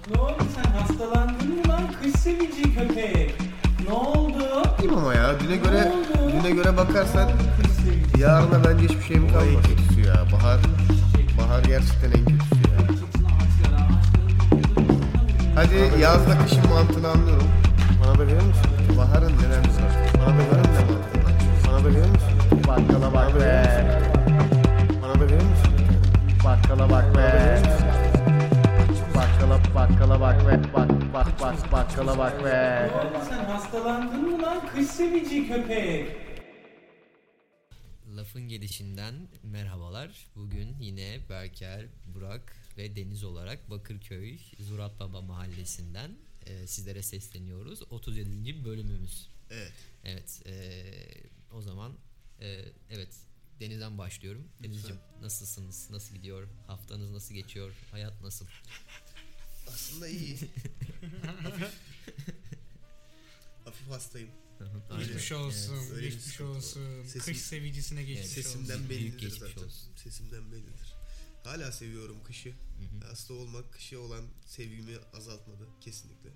Ne oldu, sen hastalandın mı lan kış sevici köpek? Ne oldu? Değil ama ya düne göre bakarsan Kış sevici. yarına bence hiçbir şeyim kalmadı. Kötüsü ya. Bahar gerçekten en kötüsü ya. Hadi yazla kışın mantığını anlıyorum. Bana da verir misin? Baharın nelerimiz var? Bana da verir misin mantığını? Bana da verir misin? Bakkala bak be. Bana da verir misin? Bakkala bak be. Bakkala bak be. Bakkala bak be. Ne oldu, sen hastalandın mı lan kış sevici köpek? Lafın gelişinden merhabalar. Bugün yine Berker, Burak ve Deniz olarak Bakırköy Zurat Baba Mahallesi'nden sizlere sesleniyoruz. 37. bölümümüz. Evet. Evet. O zaman evet Deniz'den başlıyorum. Deniz'ciğim nasılsınız? Nasıl gidiyor? Haftanız nasıl geçiyor? Hayat nasıl? Aslında iyi. Hafif hastayım. Geçmiş olsun, Evet, geçmiş olsun. Sesim- Kış sevicisine geçmiş olsun. Sesimden Büyük bellidir geçmiş zaten. olsun. Sesimden bellidir. Hala seviyorum kışı. Hasta olmak kışa olan sevgimi azaltmadı kesinlikle.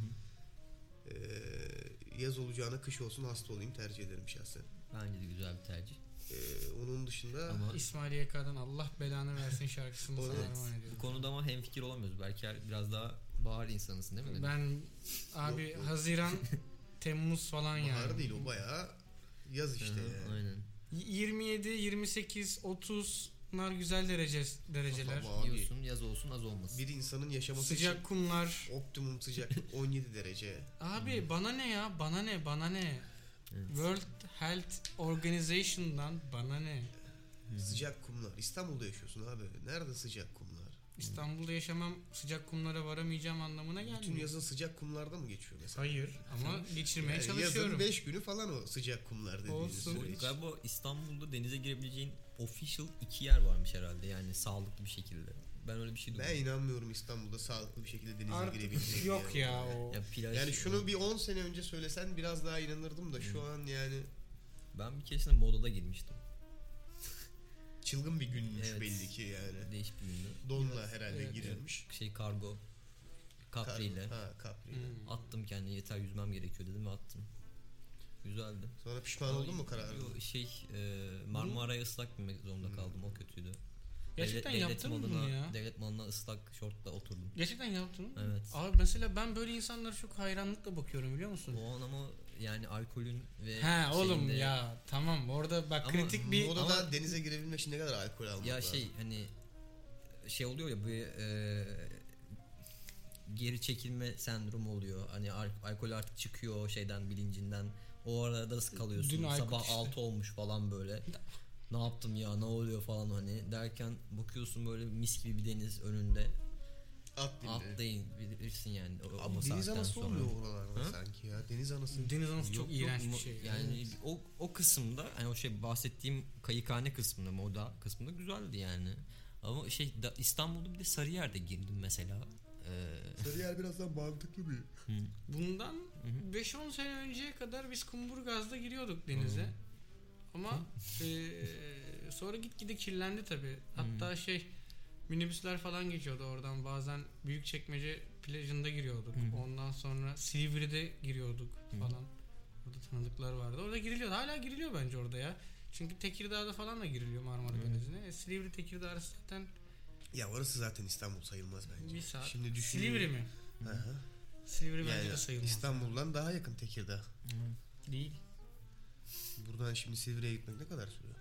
Yaz olacağına kış olsun, hasta olayım tercih ederim şahsen. Bence de güzel bir tercih. Onun dışında Ama İsmail YK'dan Allah belanı versin şarkısını sana Evet. armağan bu ediyorum. konuda ama hemfikir olamıyoruz. Berker biraz daha bahar insanısın değil mi? Ben abi Yok. Haziran, Temmuz falan bahar yani. değil, o bayağı yaz işte yani. Aynen. 27, 28, 30 bunlar güzel dereceler. Ama abi, Diyorsun yaz olsun az olmasın. bir insanın yaşaması Sıcak kumlar. için optimum sıcaklık 17 derece. Abi bana ne ya? Bana ne? Evet. World Health Organization'dan bana ne? Sıcak kumlar. İstanbul'da yaşıyorsun abi. Nerede sıcak kumlar? İstanbul'da yaşamam sıcak kumlara varamayacağım anlamına Bütün gelmiyor. yazın sıcak kumlarda mı geçiyor mesela? Hayır ama geçirmeye Yani çalışıyorum. yazın 5 günü falan o sıcak kumlar dediğiniz Olsun. süreç. Galiba İstanbul'da denize girebileceğin official 2 yer varmış herhalde, yani sağlıklı bir şekilde. Ben öyle bir şey duydum. Ben inanmıyorum İstanbul'da sağlıklı bir şekilde denize Artık girebileceğim. yok ya o. Ya plaj, Yani şunu bir 10 sene önce söylesen biraz daha inanırdım da şu an yani ben bir keresinde Moda'da girmiştim. çılgın bir günmüş Evet. belli ki yani. Değişik bir gündü. Donla herhalde Evet. girilmiş. Kargo kapriyle Kapriyle. Hmm. attım kendini, yeter yüzmem gerekiyor dedim ve attım. Güzeldi. Sonra pişman oldun mu kararına? Marmara'ya ıslak binmek zorunda kaldım, o kötüydü. Gerçekten Devlet yaptın mı malına- bunu ya? Devlet malına ıslak şortla oturdum. Gerçekten yaptın mı? Evet. Abi mesela ben böyle insanlara çok hayranlıkla bakıyorum biliyor musun? O an ama yani alkolün ve He oğlum şeyinde- ya tamam orada bak Ama kritik bir Moda'da ama- denize girebilmek için ne kadar alkol almak ya lazım? hani oluyor ya, bu geri çekilme sendromu oluyor. Hani alkol artık çıkıyor o şeyden, bilincinden. O arada kalıyorsun. Dün Aykut Sabah işte. 6 olmuş falan böyle. Ne yaptım ya, ne oluyor falan hani derken bakıyorsun böyle mis gibi bir deniz önünde. Atlayın bilirsin yani. O Abi deniz saatten anası sonra. oluyor oralarda Hı? sanki ya. Deniz anası. deniz anası çok Yok, iğrenç yok, bir şey. Yani o kısımda, hani o bahsettiğim kayıkhane kısmında, moda kısmında güzeldi yani. Ama İstanbul'da bir de Sarıyer'de girdim mesela. Sarıyer biraz daha mantıklı bir. Bundan 5-10 sene önceye kadar biz Kumburgaz'da giriyorduk denize. Ama sonra gitgide kirlendi tabi. Hatta minibüsler falan geçiyordu oradan. Bazen Büyükçekmece plajında giriyorduk. Ondan sonra Silivri'de giriyorduk falan. Orada tanıdıklar vardı. Orada giriliyordu. Hala giriliyor bence orada ya. Çünkü Tekirdağ'da falan da giriliyor Marmara Denizi'ne. Silivri Tekirdağ arası zaten Ya orası zaten İstanbul sayılmaz bence. bir saat. Şimdi Silivri mi? Aha. Silivri bence Yani de sayılmaz. İstanbul'dan daha yakın Tekirdağ. Değil. Buradan şimdi Silivri'ye gitmek ne kadar sürüyor?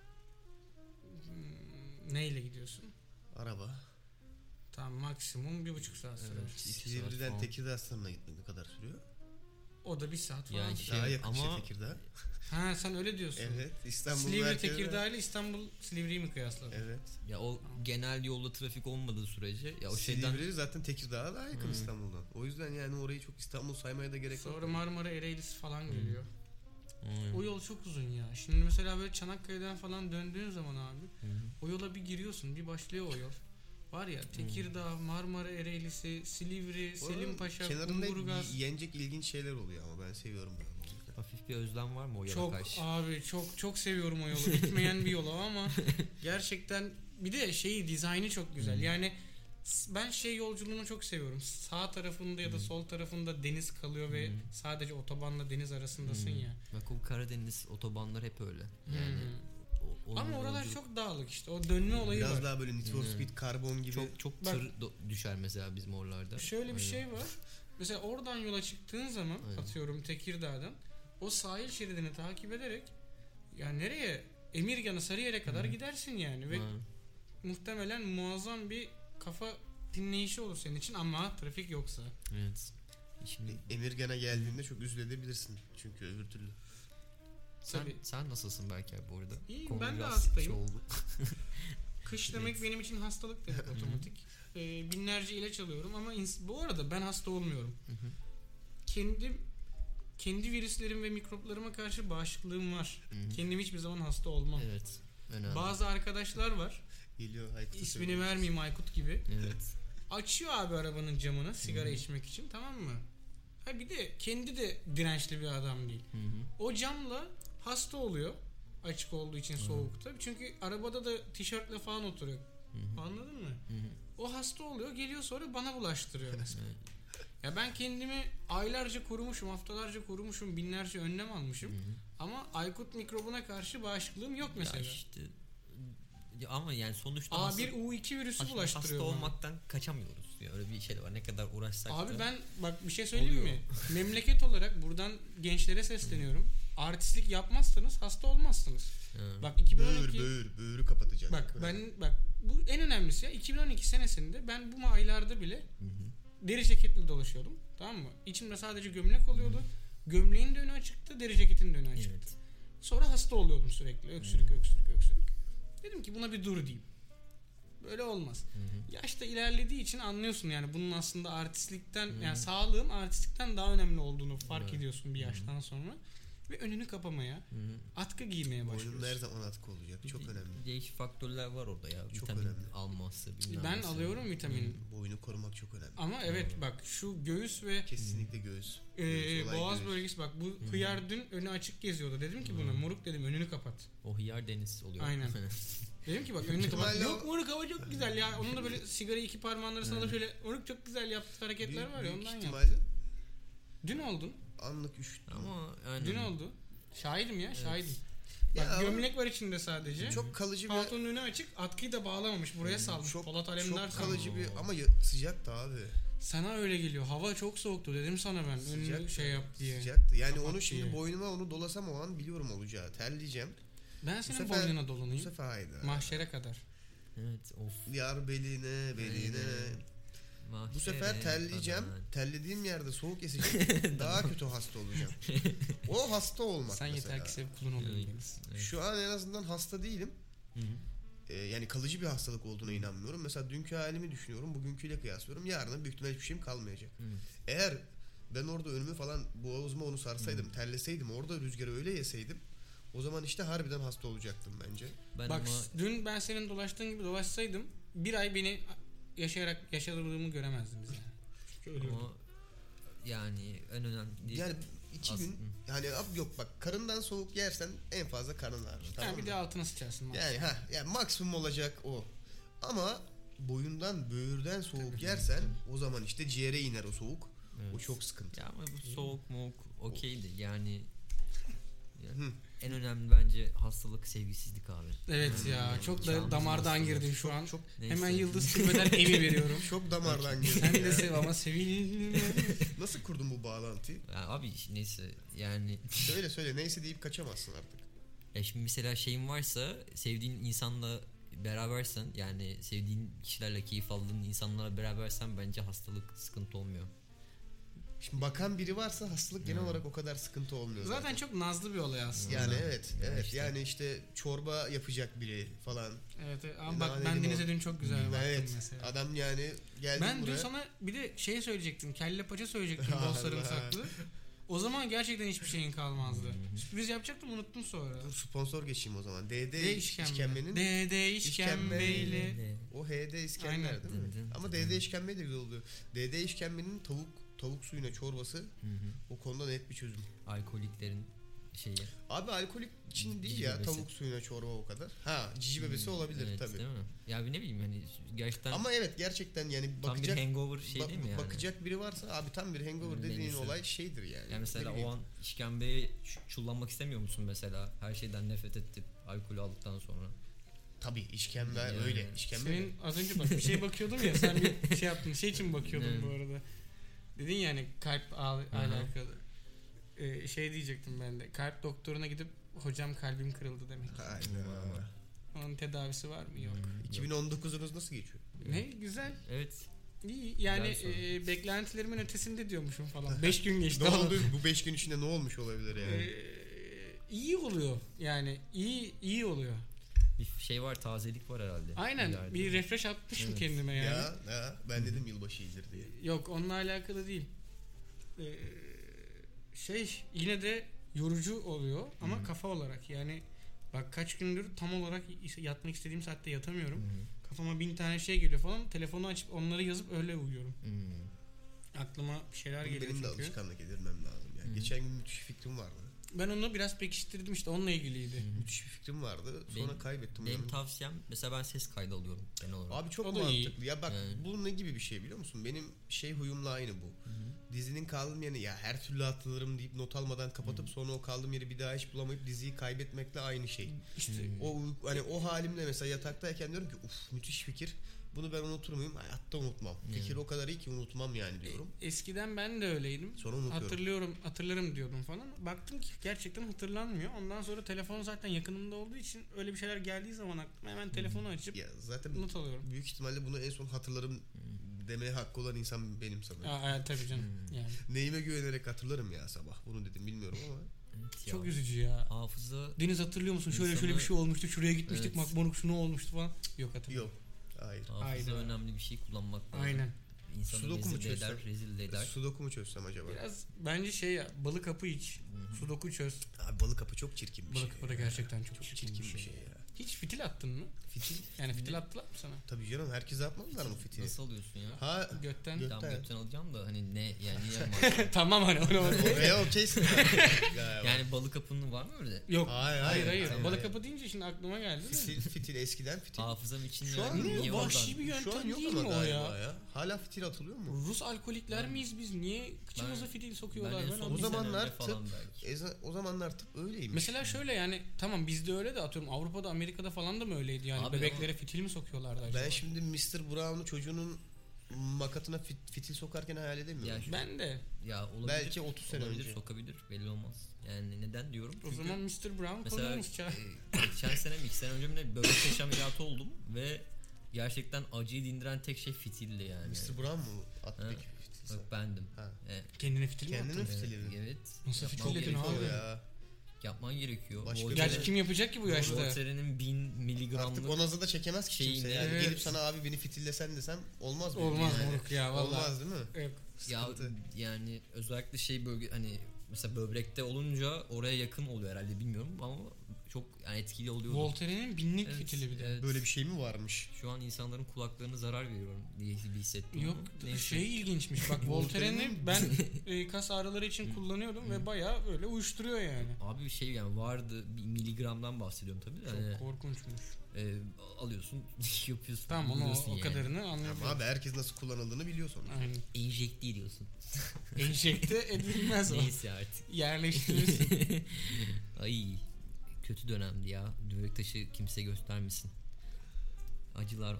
Neyle gidiyorsun? Araba. Tam maksimum 1,5 saat sürer. Evet. 2 saat Silivri'den falan. Tekirdağ sınırına gitmek ne kadar sürüyor? O da 1 saat falan. Yani Daha yakın ama işte Tekirdağ. Ha sen öyle diyorsun. Evet. İstanbul Silivri merkezde- Tekirdağ ile İstanbul Silivri'yi mi kıyasladın? Evet. ya o genel yolda trafik olmadığı sürece ya o Silivri zaten Tekirdağ'a daha yakın İstanbul'dan. O yüzden yani orayı çok İstanbul saymaya da gerek yok. Sonra Marmara Ereğlisi falan geliyor. O yol çok uzun ya. Şimdi mesela böyle Çanakkale'den falan döndüğün zaman abi o yola bir giriyorsun, bir başlıyor o yol. Var ya Tekirdağ, Marmara Ereğlisi, Silivri, Oranın Selimpaşa, kenarında Kumburgaz. yenecek ilginç şeyler oluyor ama ben seviyorum ben. hafif bir özlem var mı o yola Çok karşı? abi çok seviyorum o yolu. Bitmeyen bir yol o ama gerçekten bir de dizaynı çok güzel. Yani Ben şey yolculuğunu çok seviyorum. Sağ tarafında ya da sol tarafında deniz kalıyor ve sadece otobanla deniz arasındasın ya. Bak o Karadeniz otobanlar hep öyle. Yani Ama oralar çok dağlık işte. O dönme olayı Biraz var. daha böyle Need for Speed, karbon gibi. çok Bak- tır düşer mesela bizim oralarda. Şöyle bir şey var. Mesela oradan yola çıktığın zaman Aynen. atıyorum Tekirdağ'dan o sahil şeridini takip ederek yani nereye? Emirgan'a, Sarıyer'e kadar gidersin yani ve muhtemelen muazzam bir kafa dinleyişi olur senin için ama trafik yoksa. Evet. Şimdi Emirgan'a geldiğinde çok üzülebilirsin. Çünkü öbür türlü. sen nasılsın Berker bu arada? İyiyim, Konu ben de biraz hastayım. şey oldu. Kış demek benim için hastalık demek otomatik. Binlerce ilaç alıyorum ama bu arada ben hasta olmuyorum. Kendi virüslerim ve mikroplarıma karşı bağışıklığım var. Kendim hiçbir zaman hasta olmam. Evet. Önemli. Bazı arkadaşlar var. Geliyor Aykut'a İsmini söylüyor. vermeyeyim, Aykut gibi. Evet. Açıyor abi arabanın camını sigara içmek için, tamam mı? Ha bir de kendi de dirençli bir adam değil. O camla hasta oluyor. Açık olduğu için soğukta. Çünkü arabada da tişörtle falan oturuyor. Anladın mı? O hasta oluyor, geliyor sonra bana bulaştırıyor mesela. Ya ben kendimi aylarca korumuşum, haftalarca korumuşum, binlerce önlem almışım. Ama Aykut mikrobuna karşı bağışıklığım yok mesela. Ya işte ama yani sonuçta A1-U2 virüsü hasta bulaştırıyor bana. olmaktan kaçamıyoruz. Yani öyle bir şey de var. Ne kadar uğraşsak da. Abi ben bak bir şey söyleyeyim Oluyor. mi? Memleket olarak buradan gençlere sesleniyorum. Artistlik yapmazsanız hasta olmazsınız. Bak 2012 Böğürü kapatacak. Bak bu en önemlisi ya 2012 senesinde ben bu aylarda bile deri ceketli dolaşıyordum. Tamam mı? İçimde sadece gömlek oluyordu. Gömleğin de önü açıktı, deri ceketin de önü açıktı. Evet. Sonra hasta oluyordum sürekli. Öksürük. Dedim ki buna bir dur diyeyim. Böyle olmaz. Yaş da ilerlediği için anlıyorsun yani bunun aslında artistlikten yani sağlığın artistlikten daha önemli olduğunu fark ediyorsun bir yaştan sonra. Ve önünü kapamaya, atkı giymeye başlıyorsun. Boynunda her zaman atkı olacak. Çok önemli. Değişik faktörler var orada ya. Çok Vitamin önemli. alması. Ben alıyorum vitamini. Boynu korumak çok önemli. Ama evet bak şu göğüs ve Kesinlikle göğüs. Göğüs, olay boğaz göğüs. bölgesi bak bu hıyar dün önü açık geziyordu. Dedim ki buna moruk dedim önünü kapat. O hıyar deniz oluyor. Aynen. Dedim ki bak önünü kapat. ihtimalle Yok moruk hava çok güzel ya. Onun da böyle sigarayı iki parmağın arasında alıp şöyle moruk çok güzel yaptığı hareketler var ya Büyük ondan ihtimalle yaptı. Dün oldun. anlık üşüttüm. Ama aynen. Dün oldu. Şahidim ya şahidim. Ya Bak gömlek var içinde sadece. çok kalıcı bir Pantolonun önü açık. Atkıyı da bağlamamış. Buraya salmış. Polat Alemdar çok kalıcı salmış. bir ama sıcaktı abi. Sana öyle geliyor. Hava çok soğuktu dedim sana ben. Önünü Sıcaktı. şey yap diye. Sıcaktı. Yani Kapat onu şimdi diye. boynuma onu dolasam o an biliyorum olacağı. Terleyeceğim. Ben Bu senin sefer- boynuna Bu dolanayım. sefer haydi. Mahşere kadar. Evet of. Yar beline. Bu sefer terleyeceğim. Terlediğim yerde soğuk esecek. Daha kötü hasta olacağım. O hasta olmak Sen mesela. yeter ki sev kulun olayım. Evet. Şu an en azından hasta değilim. Yani kalıcı bir hastalık olduğuna inanmıyorum. Mesela dünkü halimi düşünüyorum. Bugünküyle kıyaslıyorum. Yarın büyük ihtimalle hiçbir şeyim kalmayacak. Eğer ben orada önümü falan boğazıma onu sarsaydım, terleseydim, orada rüzgarı öyle yeseydim, o zaman işte harbiden hasta olacaktım bence. Ben Bak ama dün ben senin dolaştığın gibi dolaşsaydım bir ay beni yaşadığımı göremezdiniz yani. Çünkü ölüyordum. ama yani en önemli Yani 2 gün yani yok bak karından soğuk yersen en fazla karnın ağrır. Tamam Yani bir mı? de altına sıçarsın. Yani maksimum olacak o. Ama boyundan böğürden soğuk yersen o zaman işte ciğere iner o soğuk. Evet. O çok sıkıntı. ya ama bu soğuk moğuk okeydi yani en önemli bence hastalık sevgisizlik abi. Evet ya çok da Çağımızın damardan hastalığı. girdin şu an. Neyse. Hemen yıldız silmeden evi veriyorum. Çok damardan girdi. Sen de sev ama sevilme. Nasıl kurdun bu bağlantıyı? Ya abi neyse yani Söyle neyse deyip kaçamazsın artık. ya şimdi mesela şeyin varsa sevdiğin insanla berabersen yani sevdiğin kişilerle keyif aldığın insanlarla berabersen bence hastalık sıkıntı olmuyor. Şimdi bakan biri varsa hastalık genel olarak o kadar sıkıntı olmuyor zaten. Zaten çok nazlı bir olay aslında. Yani evet işte. yani işte çorba yapacak biri falan. Evet ama bak Naneli ben limon. Deniz'e dün çok güzel baktım Evet mesela. adam yani geldi Ben buraya. dün sana bir de şey söyleyecektim. Kelle paça söyleyecektim bol Allah. sarımsaklı. O zaman gerçekten hiçbir şeyin kalmazdı. Sürpriz yapacaktım unuttum sonra. Dur sponsor geçeyim o zaman. DD D işkembenin DD işkembeyli. o HD İskender Aynen. değil mi? Ama DD işkembe de güzel oluyor. DD işkembenin tavuk suyuna çorbası o konuda net bir çözüm. Alkoliklerin şeyi. Abi alkolik için değil Cici ya, bebesi. tavuk suyuna çorba o kadar. Ha, cici bebesi olabilir Evet, tabii. değil mi? Ya ne bileyim hani gerçekten Ama evet, gerçekten yani tam bir bakacak hangover şey değil mi yani? bakacak biri varsa abi, tam bir hangover dediğin Menüsü. olay şeydir yani. Yani mesela Ne bileyim. o an işkembeye çullanmak istemiyor musun mesela? Her şeyden nefret edip alkol aldıktan sonra. Tabii işkembe Yani. öyle. İşkembe Senin az önce bak bir şey bakıyordum ya, sen bir şey yaptın. Şey için bakıyordum Evet. bu arada. Dedin yani kalp alakalı. Şey diyecektim ben de. Kalp doktoruna gidip hocam kalbim kırıldı demek. Aynen. Onun tedavisi var mı? Yok. 2019'unuz nasıl geçiyor? Ne güzel. Evet. İyi. Yani Güzel soru. beklentilerimin ötesinde diyormuşum falan. 5 gün geçti. Ne ama. oldu? Bu 5 gün içinde ne olmuş olabilir yani? İyi oluyor. Yani iyi oluyor. Bir şey var, tazelik var herhalde. Aynen. İleride. Bir refresh atmışım Evet. kendime yani. Ya ben dedim yılbaşı iyidir diye. Yok, onunla alakalı değil. Yine de yorucu oluyor ama kafa olarak yani bak kaç gündür tam olarak yatmak istediğim saatte yatamıyorum. Kafama 1000 tane şey geliyor falan. Telefonu açıp onları yazıp öyle uyuyorum. Aklıma bir şeyler geliyor Benim de çünkü. alışkanlık edinmem lazım. Yani geçen gün müthiş bir fikrim vardı. Ben onu biraz pekiştirdim işte, onunla ilgiliydi. Müthiş bir fikrim vardı. Sonra kaybettim. Benim onu. tavsiyem mesela ben ses kaydı alıyorum genel olarak. Abi çok O da iyi. mantıklı. Ya bak bu ne gibi bir şey biliyor musun? Benim huyumla aynı bu. Dizinin kaldığım yerini ya her türlü hatırlarım deyip not almadan kapatıp sonra o kaldığım yeri bir daha hiç bulamayıp diziyi kaybetmekle aynı şey. İşte O hani o halimle mesela yataktayken diyorum ki uf müthiş fikir. Bunu ben unutur muyum? Hayatta unutmam. Fikir o kadar iyi ki unutmam yani diyorum. eskiden ben de öyleydim. Sonra unutuyorum. Hatırlarım diyordum falan. Baktım ki gerçekten hatırlanmıyor. Ondan sonra telefon zaten yakınımda olduğu için öyle bir şeyler geldiği zaman aklıma hemen telefonu açıp Ya zaten not alıyorum. büyük ihtimalle bunu en son hatırlarım demeye hakkı olan insan benim sanırım. Tabii canım. Yani. Neyime güvenerek hatırlarım ya sabah. Bunu dedim bilmiyorum ama. Evet ya. Çok üzücü ya. Hafıza Deniz hatırlıyor musun? Şöyle İnsanı- bir şey olmuştu. Şuraya gitmiştik. Evet. Makmonuk şunu olmuştu falan. Yok hatırlamıyorum. Yok. Hayır. hafıza Aynen. önemli bir şey kullanmak lazım. Aynen. İnsanı Sudoku mu rezil eder, çözsem? rezil eder. Sudoku mu çözsem acaba? Biraz bence şey ya, balık hapı iç. Sudoku çöz. Abi balık kapı çok çirkin bir Balık şey. hapı da gerçekten çok çirkin bir şey ya. Hiç fitil attın mı? Fitil. Yani fitil attılar mı sana? Tabii canım, herkese atmazlar mı fitili? Nasıl alıyorsun ya? Ha Götten. Gö- Tamam Gökten. gökten alacağım da hani ne yani niye var? Tamam hani onu oraya okeysin. Yani balık kapının var mı öyle? Yok. Hayır. Hayır. Tamam. Balık kapı deyince şimdi aklıma geldi de. Fitil eskiden fitil. Hafızam için Şu yani an niye yok, vahşi oradan? bir yöntem Şu an yok değil ama mi o galiba ya? ya. Hala fitil atılıyor mu? Rus alkolikler miyiz biz? Niye kıçımıza Ben- fitil sokuyorlar? Ben en Ben son onu bir O sene zamanlar önce falan belki. O zamanlar tıp öyleymiş. Mesela şöyle yani tamam bizde öyle de atıyorum Avrupa'da Amerika'da falan da mı öyleydi yani Abi bebeklere fitil mi sokuyorlardı acaba? Ben şimdi Mr. Brown'u çocuğunun makatına fitil sokarken hayal edemiyorum. Ya şu- Ben de. Ya olabilir. Belki 30 sene olabilir, önce. sokabilir belli olmaz. Yani neden diyorum? O Çünkü zaman Mr. Brown mesela konuğumuz çağır. geçen sene mi 2 sene önce mi ne böbrek taşı ameliyatı oldum ve gerçekten acıyı dindiren tek şey fitildi yani. Mr. Brown mu attı Ha. peki fitil sana? Bak bendim. Ha. Kendine fitil mi Kendine attın? mi fitiledin? Evet. Nasıl Yapman fitiledin gerekiyor. abi? Ya. Yapman gerekiyor. Başka Voltaren- Gerçi kim yapacak ki bu yaşta? Voltaren'in 1000 miligramlık Artık o nazı da çekemez ki kimse şeyini- yani. Evet. Gelip sana abi beni fitillesen desem olmaz mı? Olmaz yani. moruk ya vallahi. Olmaz değil mi? Yok. ya Sıkıntı. yani özellikle şey bölge hani mesela böbrekte olunca oraya yakın oluyor herhalde bilmiyorum ama çok yani etkili oluyor. Voltaire'nin binlik Evet, fitili bir de. evet. Böyle bir şey mi varmış? Şu an insanların kulaklarına zarar veriyorum diye bir hissettim. Yok ama neyse. şey ilginçmiş bak Voltaire'ni ben kas ağrıları için kullanıyordum ve bayağı böyle uyuşturuyor yani. Abi bir şey yani vardı bir miligramdan bahsediyorum tabii de. Çok Hani, korkunçmuş. alıyorsun yapıyorsun. Tamam onu buluyorsun o yani. kadarını anlıyorum. Ama abi herkes nasıl kullanıldığını biliyor sonuçta. Aynen. Enjekte ediyorsun. Enjekte edilmez o. Neyse artık. Yerleştirirsin. Ay kötü dönemdi ya. Böbrek taşı kimse göstermesin. Acılar.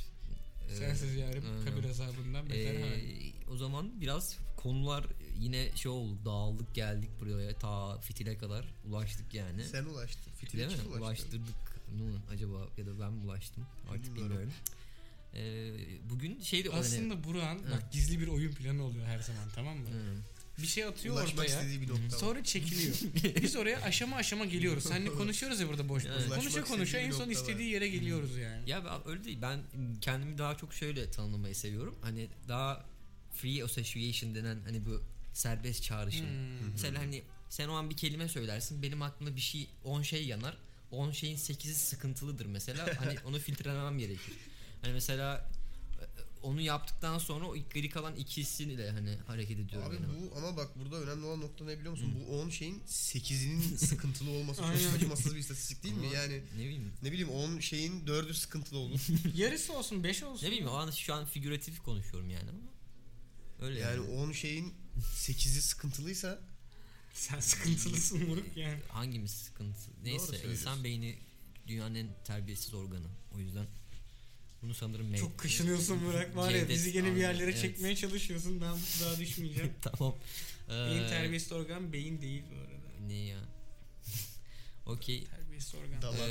Sensiz yarım aynen. kabir azabından beter hal. O zaman biraz konular yine şey oldu. Dağıldık geldik buraya ta fitile kadar ulaştık yani. Sen ulaştın. Fitil Değil mi? için ulaştın. Ulaştırdık mı acaba ya da ben mi ulaştım? Artık Bilmiyorum. bilmiyorum. Bugün şeydi Aslında Burak'ın bak gizli bir oyun planı oluyor her zaman tamam mı? Bir şey atıyor Ulaşmak ortaya. istediği bir nokta var. Sonra çekiliyor. Biz oraya aşama aşama geliyoruz. Seninle konuşuyoruz ya burada boş boş. Yani. Konuşa Ulaşmak konuşa istediği en bir son nokta istediği var. yere geliyoruz yani. Ya ben öyle değil. Ben kendimi daha çok şöyle tanımlamayı seviyorum. Hani daha free association denen hani bu serbest çağrışım. Mesela hani sen o an bir kelime söylersin. Benim aklımda bir şey 10 şey yanar. 10 şeyin 8'i sıkıntılıdır mesela. Hani onu filtrelemem gerekir. Hani mesela onu yaptıktan sonra o geri kalan ikisiyle hani hareket ediyorum. Abi yani. bu ama bak burada önemli olan nokta ne biliyor musun? Bu 10 şeyin 8'inin sıkıntılı olması çok acımasız bir istatistik değil mi? Ama Yani ne bileyim 10 şeyin 4'ü sıkıntılı olur. Yarısı olsun, 5 olsun. ne bileyim o an şu an figüratif konuşuyorum yani ama öyle Yani 10 şeyin 8'i sıkıntılıysa Sen sıkıntılısın moruk yani. hangimiz sıkıntı? Neyse söylüyorsun. insan beyni dünyanın en terbiyesiz organı. O yüzden bunu sanırım Çok kaşınıyorsun Burak var ya, Cevdet bizi gene bir yerlere evet. çekmeye çalışıyorsun. Ben daha düşmeyeceğim. Tamam. En terbiyesiz organ beyin değil bu arada. Ne ya? Okey. Terbiyesiz organ. Dalak.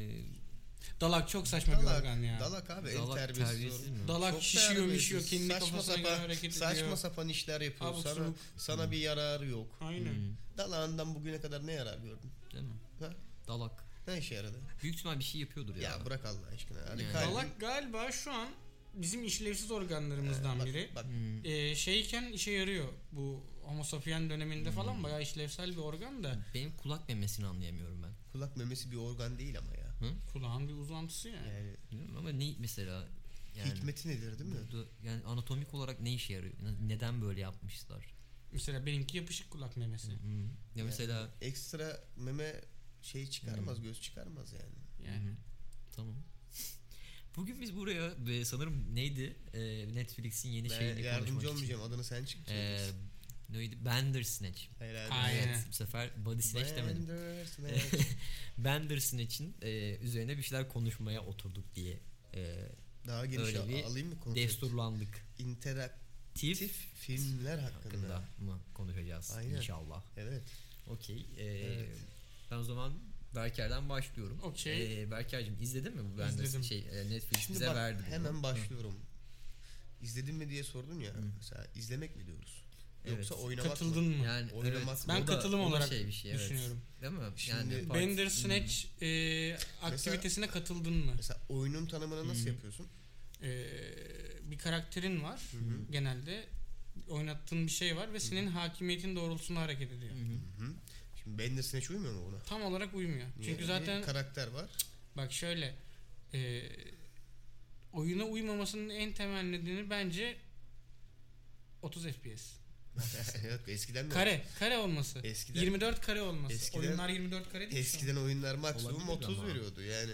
Dalak çok saçma bir organ ya. Dalak abi Dalak en terbiyesiz terbiyesiz mi? Dalak Çok şişiyor terbiyesiz. mişiyor, kendi Saçma kafasına göre sapan- hareket Saçma ediyor. sapan işler yapıyor. Abuk Sana, subuk. sana bir yararı yok. Aynen. Dalağından bugüne kadar ne yarar gördün? Değil mi? Ha? Dalak. Ne işe yaradı? Büyük ihtimal bir şey yapıyordur ya. Ya bırak Allah aşkına. Hadi Yani. kalbin- Dalak galiba şu an bizim işlevsiz organlarımızdan bak, biri. Bak, Şeyken işe yarıyor. Bu Homo sapien döneminde falan bayağı işlevsel bir organ da. Benim kulak memesini anlayamıyorum ben. kulak memesi bir organ değil ama ya. Kulağın bir uzantısı yani. Yani Bilmiyorum ama ne mesela yani hikmeti nedir değil mi? burada yani anatomik olarak ne işe yarıyor? Neden böyle yapmışlar? Mesela benimki yapışık kulak memesi. Ya mesela Yani ekstra meme şey çıkarmaz, göz çıkarmaz yani. Yani. tamam. Bugün biz buraya sanırım neydi? Netflix'in yeni Ben şeyini yardımcı konuşmak olmayacağım. Adını sen çık. için. Neydi? Bandersnatch. Helal. Aynen. Evet, bu sefer Body Snatch demedim. Bandersnatch. Bandersnatch'in üzerine bir şeyler konuşmaya oturduk diye Daha geniş öyle bir alayım mı konsept? desturlandık. İnteraktif filmler hakkında. Hakkında mı konuşacağız Aynen. inşallah. Evet. Okey. Evet. Ben o zaman Berker'den başlıyorum. Okey. Berker'cim izledin mi bu İzledim. Netflix Şimdi bize bak verdi bunu. hemen başlıyorum. İzledin mi diye sordun ya. Mesela izlemek mi diyoruz? Evet. Yoksa oynamak Katıldın mı? mı? Yani Oynamak evet, mı? Ben o da- katılım o da olarak bir şey, evet. düşünüyorum. Değil mi? Şimdi Yani Bandersnatch aktivitesine katıldın mı? Mesela oyunun tanımını nasıl yapıyorsun? Bir karakterin var genelde. Oynattığın bir şey var ve senin hakimiyetin doğrultusunda hareket ediyor. Hı. Şimdi Bandersnatch uymuyor mu buna? Tam olarak uymuyor. Niye? Çünkü zaten Bir karakter var. bak şöyle oyuna uymamasının en temel nedeni bence 30 FPS. Yok eskiden de. Kare olması. Eskiden- 24 kare olması. Eskiden- Oyunlar 24 kare değil mi? Eskiden oyunlar maksimum Olabilir 30 ama. veriyordu yani.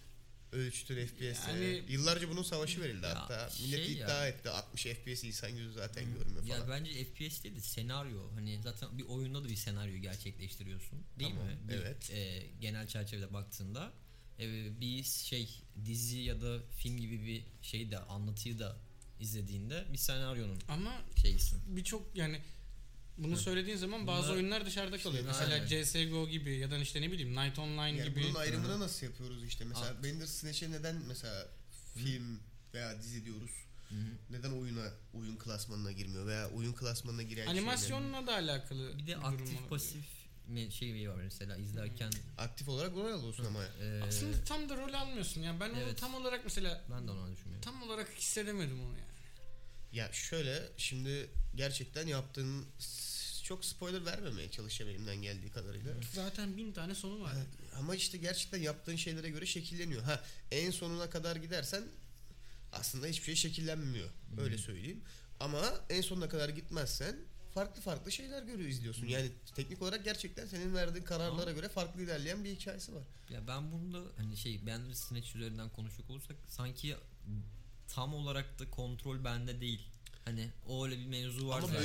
Ölçtür FPS'e. Yani- Yıllarca bunun savaşı verildi Ya hatta. şey Millet ya. iddia etti 60 FPS insan gözü zaten görmüyor falan. Ya bence FPS değil de senaryo. Hani zaten bir oyunda da bir senaryo gerçekleştiriyorsun. Değil Tamam, mi? Bir, evet. Genel çerçevede baktığında bir dizi ya da film gibi bir şey de anlatıyı da izlediğinde bir senaryonun Ama şeysin. birçok yani bunu söylediğin zaman bazı Bunlar- oyunlar dışarıda kalıyor. Mesela aynen. CSGO gibi ya da işte ne bileyim Night Online Yani gibi. bunun ayrımını nasıl yapıyoruz işte mesela Aa. Bandersnatch'e neden mesela film veya dizi diyoruz? Neden oyun klasmanına girmiyor veya oyun klasmanına giren Animasyonla da alakalı Bir de durum aktif olabilir. pasif şey var mesela izlerken. aktif olarak rol alıyorsun ama. Aslında tam da rol almıyorsun. Yani ben onu Evet. tam olarak mesela Ben de onu düşünmüyorum. tam olarak hissedemedim onu yani. Ya şöyle şimdi gerçekten yaptığın çok spoiler vermemeye çalışacağım elimden geldiği kadarıyla. Zaten 1000 tane sonu var. Ama işte gerçekten yaptığın şeylere göre şekilleniyor. En sonuna kadar gidersen aslında hiçbir şey şekillenmiyor. Öyle söyleyeyim. Ama en sonuna kadar gitmezsen farklı şeyler izliyorsun. Yani teknik olarak gerçekten senin verdiğin kararlara göre farklı ilerleyen bir hikayesi var. Ya ben bunda hani Bandersnatch üzerinden konuşacak olursak sanki tam olarak da kontrol bende değil. Hani o öyle bir mevzu var Ama zaten.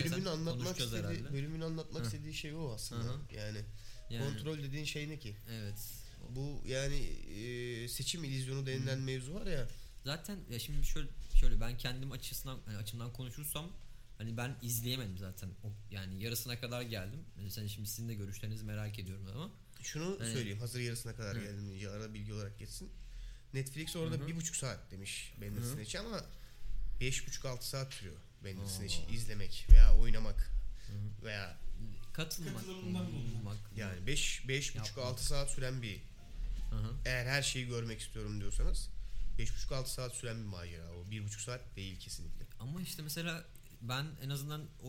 bölümün anlatmak istediği şey o aslında. Yani kontrol dediğin şey ne ki? Evet. Bu yani seçim illüzyonu denilen mevzu var ya. Zaten ya şimdi şöyle ben kendim açımdan konuşursam hani ben izleyemedim zaten. Yani yarısına kadar geldim. Mesela şimdi sizin de görüşlerinizi merak ediyorum ama. Şunu söyleyeyim hazır yarısına kadar geldim deyince ara bilgi olarak geçsin. Netflix orada 1,5 saat demiş Bandersnatch'i ama 5,5-6 saat sürüyor Bandersnatch'i izlemek veya oynamak veya Katılımından bulunmak. yani 5,5-6 saat süren bir eğer her şeyi görmek istiyorum diyorsanız 5,5-6 saat süren bir macera o 1,5 saat değil kesinlikle. Ama işte mesela ben en azından o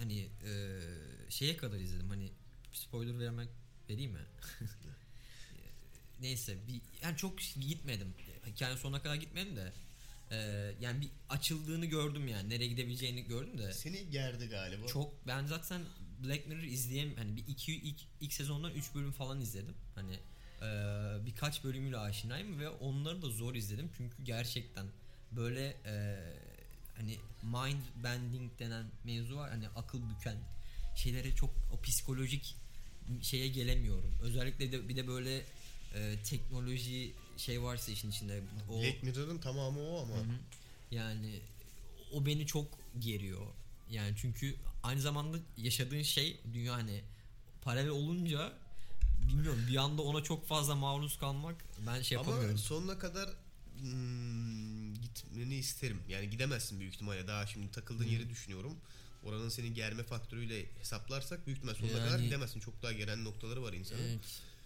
şeye kadar izledim hani spoiler vereyim mi? Neyse yani çok gitmedim. Hikayenin sonuna kadar gitmedim de yani bir açıldığını gördüm, yani nereye gidebileceğini gördüm de. Seni gerdi galiba. Çok, ben zaten Black Mirror hani bir ilk sezondan 3 bölüm falan izledim. Hani birkaç bölümüyle aşinayım ve onları da zor izledim çünkü gerçekten böyle hani mind bending denen mevzu var, hani akıl büken şeylere çok, o psikolojik şeye gelemiyorum. Özellikle de bir de böyle teknoloji şey varsa işin içinde. O, Black Mirror'ın tamamı o ama. Hı. Yani o beni çok geriyor. Yani çünkü aynı zamanda yaşadığın şey dünya, hani paralel olunca bilmiyorum, bir anda ona çok fazla maruz kalmak, ben şey yapamıyorum. Ama sonuna kadar gitmeni isterim. Yani gidemezsin büyük ihtimalle. Daha şimdi takıldığın yeri düşünüyorum. Oranın seni germe faktörüyle hesaplarsak büyük ihtimalle sonuna kadar gidemezsin. Çok daha gelen noktaları var insanın. Evet.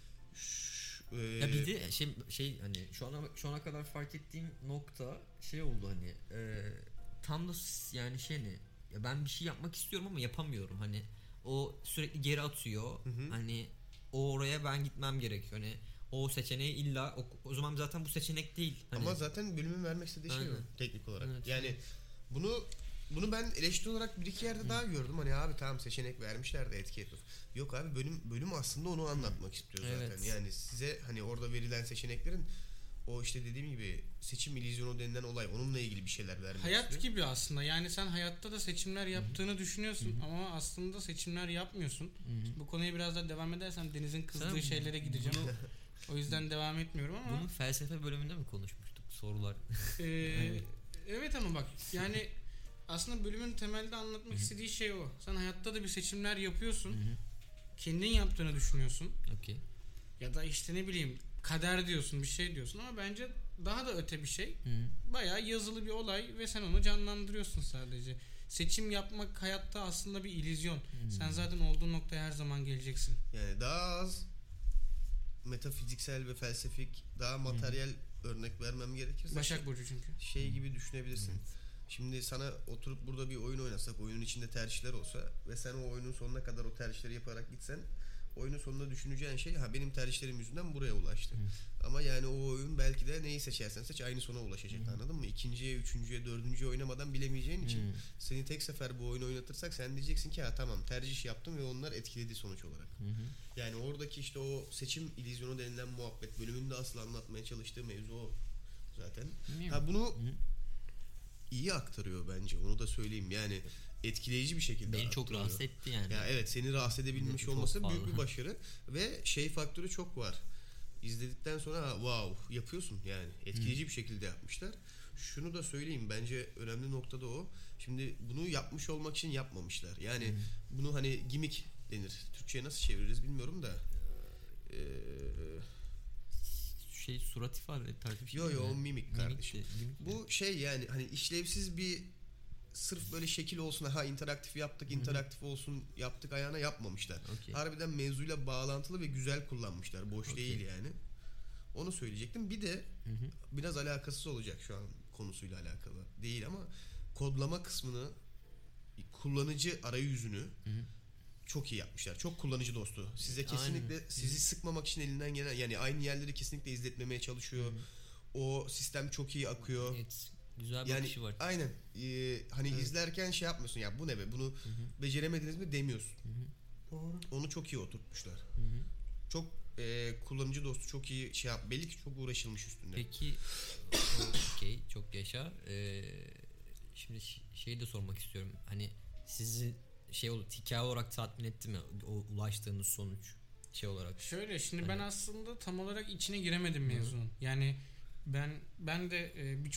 Ya bir de şey hani şu ana kadar fark ettiğim nokta şey oldu, hani tam da yani şey, hani ya ben bir şey yapmak istiyorum ama yapamıyorum, hani o sürekli geri atıyor. Hani oraya ben gitmem gerekiyor, hani o seçeneği illa o zaman zaten bu seçenek değil. Hani, ama zaten bölümün vermek istediği şey o teknik olarak. Evet, yani evet. Bunu ben eleştiri olarak bir iki yerde daha gördüm. Hani abi tamam seçenek vermişler de etki ediyor. Yok abi, bölüm aslında onu anlatmak istiyor zaten. Evet. Yani size hani orada verilen seçeneklerin o işte dediğim gibi seçim illüzyonu denilen olay, onunla ilgili bir şeyler vermek Hayat istiyor. gibi aslında. Yani sen hayatta da seçimler yaptığını düşünüyorsun ama aslında seçimler yapmıyorsun. Bu konuya biraz daha devam edersem Deniz'in kızdığı Sen şeylere gideceğim. O yüzden devam etmiyorum ama. Bunu felsefe bölümünde mi konuşmuştuk? Sorular. Evet ama bak yani aslında bölümün temelde anlatmak istediği şey o. Sen hayatta da bir seçimler yapıyorsun. Kendin yaptığını düşünüyorsun. Okay. Ya da işte ne bileyim kader diyorsun, bir şey diyorsun ama bence daha da öte bir şey. Bayağı yazılı bir olay ve sen onu canlandırıyorsun sadece. Seçim yapmak hayatta aslında bir illüzyon. Sen zaten olduğun noktaya her zaman geleceksin. Yani daha az metafiziksel ve felsefik, daha materyal örnek vermem gerekirse Başak Burcu çünkü. şey gibi düşünebilirsin. Şimdi sana oturup burada bir oyun oynasak, oyunun içinde tercihler olsa ve sen o oyunun sonuna kadar o tercihleri yaparak gitsen, oyunun sonunda düşüneceğin şey benim tercihlerim yüzünden buraya ulaştı. Ama yani o oyun belki de neyi seçersen seç aynı sona ulaşacak, anladın mı? İkinciye, üçüncüye, dördüncüye oynamadan bilemeyeceğin için seni tek sefer bu oyunu oynatırsak sen diyeceksin ki tamam tercih yaptım ve onlar etkiledi sonuç olarak. Yani oradaki işte o seçim illüzyonu denilen muhabbet, bölümünde asıl anlatmaya çalıştığı mevzu o zaten. Bunu iyi aktarıyor bence, onu da söyleyeyim. Yani etkileyici bir şekilde Beni aktarıyor. çok rahatsız etti yani. Ya evet, seni rahatsız edebilmiş Çok olması büyük fazla. bir başarı ve şey faktörü çok var. İzledikten sonra wow yapıyorsun yani. Etkileyici bir şekilde yapmışlar. Şunu da söyleyeyim, bence önemli nokta da o. Şimdi bunu yapmış olmak için yapmamışlar. Yani bunu hani gimmick denir. Türkçe'ye nasıl çeviririz bilmiyorum da. Surat ifade tarzı bir şey. Yo değil mi? mimik kardeşim. Mimik de. Bu şey yani hani işlevsiz bir, sırf böyle şekil olsun, interaktif yaptık, interaktif olsun yaptık ayağına yapmamışlar. Okay. Harbiden mevzuyla bağlantılı ve güzel kullanmışlar. Boş değil yani. Onu söyleyecektim. Bir de biraz alakasız olacak şu an konusuyla alakalı değil ama kodlama kısmını, kullanıcı arayüzünü çok iyi yapmışlar. Çok kullanıcı dostu. Size kesinlikle sizi sıkmamak için elinden gelen, yani aynı yerleri kesinlikle izletmemeye çalışıyor. O sistem çok iyi akıyor. Evet. Güzel bir Yani bakışı var. aynen. Hani izlerken şey yapmıyorsun ya, bu ne be, bunu beceremediniz mi demiyorsun. Doğru. Onu çok iyi oturtmuşlar. Çok kullanıcı dostu, çok iyi şey yap. Belli ki çok uğraşılmış üstünde. Peki okey, çok yaşa. Şimdi şeyi de sormak istiyorum. Hani sizi şey oldu, hikaye olarak tatmin etti mi o ulaştığınız sonuç şey olarak? Şöyle şimdi ben aslında tam olarak içine giremedim mevzunun. Yani ben de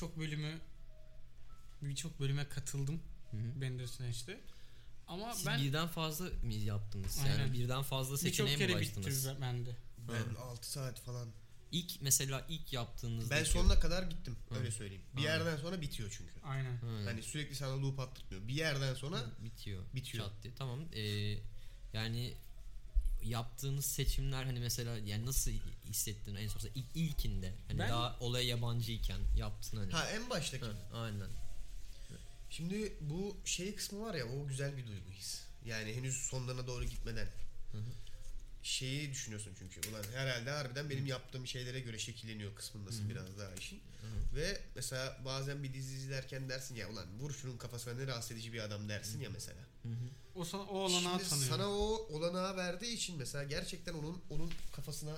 birçok bölüme katıldım Bandersnatch'te. Ama Siz ben birden fazla mı yaptınız? Aynen. Yani birden fazla birçok seçeneğe mi kere ulaştınız? bitti bende. Ben 6 saat falan. İlk yaptığınızda Ben sonuna kadar gittim. Öyle söyleyeyim. Bir yerden sonra bitiyor çünkü. Aynen. Hani sürekli sana loop attırmıyor. Bir yerden sonra bitiyor. Bitiyor. Çat diye. Tamam. Yani yaptığınız seçimler hani mesela yani nasıl hissettin en sonunda ilkinde? Hani Ben- daha olaya yabancıyken yaptın hani. en baştaki. Aynen. Şimdi bu şey kısmı var ya, o güzel bir duygu his. Yani henüz sonlarına doğru gitmeden. şeyi düşünüyorsun çünkü. Ulan herhalde harbiden benim yaptığım şeylere göre şekilleniyor kısmındasın biraz daha işin. Ve mesela bazen bir dizi izlerken dersin ya ulan vur şunun kafasına ne rahatsız edici bir adam dersin ya mesela. O sana o olanağı Şimdi tanıyor. sana o olanağı verdiği için mesela gerçekten onun kafasına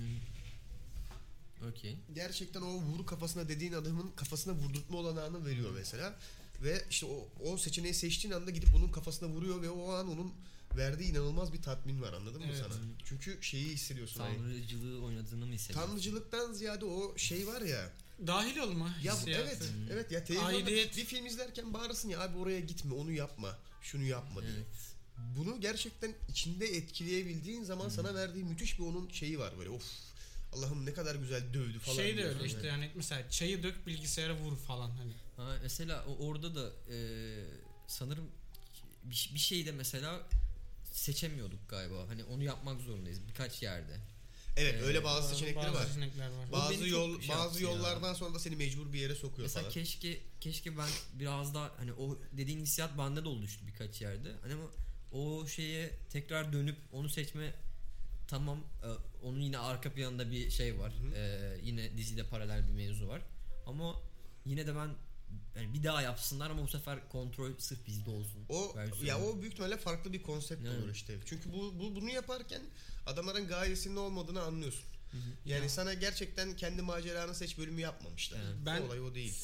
Okey. gerçekten o vur kafasına dediğin adamın kafasına vurdurtma olanağını veriyor mesela. Ve işte o seçeneği seçtiğin anda gidip onun kafasına vuruyor ve o an onun verdiği inanılmaz bir tatmin var, anladın mı Evet. sana? Çünkü şeyi hissediyorsun. Tanrıcılığı oynadığını mı hissediyorsun? Tanrıcılıktan ziyade o şey var ya. Dahil olma Ya hissiyatı. evet ya televizyonda Aidiyet. bir film izlerken bağırırsın ya abi oraya gitme, onu yapma, şunu yapma diye. Evet. Bunu gerçekten içinde etkileyebildiğin zaman sana verdiği müthiş bir onun şeyi var böyle, of Allah'ım ne kadar güzel dövdü falan. Şey de diyorsun öyle işte yani mesela çayı dök bilgisayara vur falan hani. Ha, mesela orada da sanırım bir şey de mesela seçemiyorduk galiba. Hani onu yapmak zorundayız birkaç yerde. Evet öyle bazı seçenekleri var. Seçenekler var. O beni çok şey Bazı yaptı ya. yollardan sonra da seni mecbur bir yere sokuyor Mesela falan. keşke ben biraz daha hani o dediğin hissiyat bende de oluştu birkaç yerde. Hani ama o şeye tekrar dönüp onu seçme, tamam, onun yine arka planında bir şey var. Yine dizide paralel bir mevzu var. Ama yine de ben yani bir daha yapsınlar ama bu sefer kontrol sırf bizde olsun. O büyük ihtimalle farklı bir konsept olur işte. Çünkü bunu yaparken adamların gayesinin ne olmadığını anlıyorsun. Yani Ya. sana gerçekten kendi maceranı seç bölümü yapmamışlar. Ben- Olay o değil.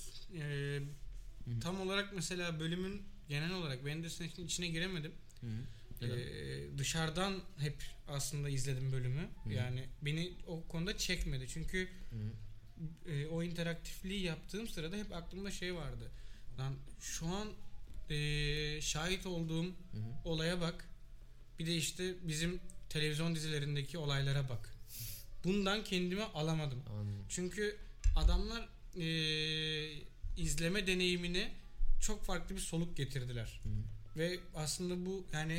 Tam olarak mesela bölümün genel olarak ben de içine giremedim. Dışarıdan hep aslında izledim bölümü. Yani beni o konuda çekmedi. Çünkü o interaktifliği yaptığım sırada hep aklımda şey vardı. Lan şu an şahit olduğum olaya bak. Bir de işte bizim televizyon dizilerindeki olaylara bak. Bundan kendimi alamadım. Anladım. Çünkü adamlar izleme deneyimine çok farklı bir soluk getirdiler. Ve aslında bu yani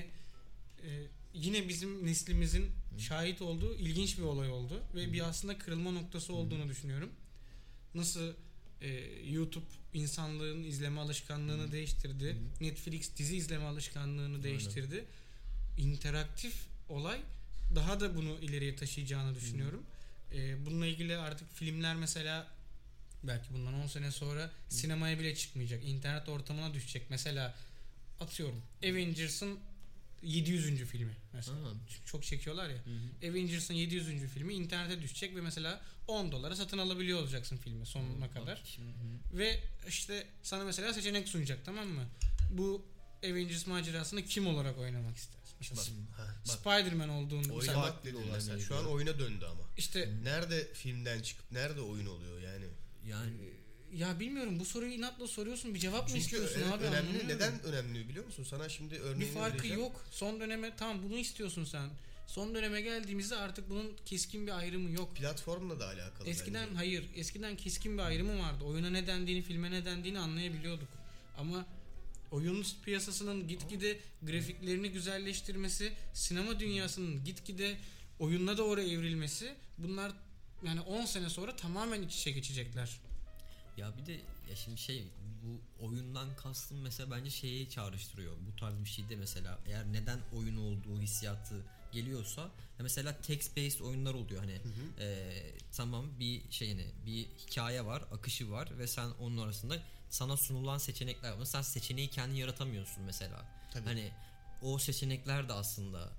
yine bizim neslimizin şahit olduğu ilginç bir olay oldu. Ve bir aslında kırılma noktası olduğunu düşünüyorum. Nasıl YouTube insanlığın izleme alışkanlığını değiştirdi. Netflix dizi izleme alışkanlığını değiştirdi. İnteraktif olay daha da bunu ileriye taşıyacağını düşünüyorum. Bununla ilgili artık filmler mesela belki bundan 10 sene sonra sinemaya bile çıkmayacak. İnternet ortamına düşecek. Mesela atıyorum Avengers'ın 700. filmi mesela. Çok çekiyorlar ya. Avengers'ın 700. filmi internete düşecek ve mesela $10 satın alabiliyor olacaksın filmi sonuna kadar. Ve işte sana mesela seçenek sunacak, tamam mı? Bu Avengers macerasını kim olarak oynamak istersin? Mesela Spider-Man olduğunu mesela Oynamak dedin mesela. Şu an oyuna döndü ama. işte Nerede filmden çıkıp nerede oyun oluyor yani? Yani ya bilmiyorum, bu soruyu inatla soruyorsun, bir cevap mı Çünkü istiyorsun abi? önemli. Anlamıyorum. Neden önemli biliyor musun? Sana şimdi örneğini Bir farkı vereceğim. yok. Son döneme tamam bunu istiyorsun sen. Son döneme geldiğimizde artık bunun keskin bir ayrımı yok. Platformla da alakalı. Eskiden bence. hayır. Eskiden keskin bir ayrımı vardı. Oyuna ne dendiğini, filme ne dendiğini anlayabiliyorduk. Ama oyun piyasasının gitgide grafiklerini güzelleştirmesi, sinema dünyasının gitgide oyunla doğru evrilmesi, bunlar yani 10 sene sonra tamamen iç içe geçecekler. ya bir de ya şimdi bu oyundan kastım mesela bence şeyi çağrıştırıyor. Bu tarz bir şeyde mesela eğer neden oyun olduğu hissiyatı geliyorsa ya mesela text based oyunlar oluyor hani tamam bir bir hikaye var, akışı var ve sen onun arasında sana sunulan seçenekler var. Sen seçeneği kendin yaratamıyorsun mesela. Tabii. Hani o seçenekler de aslında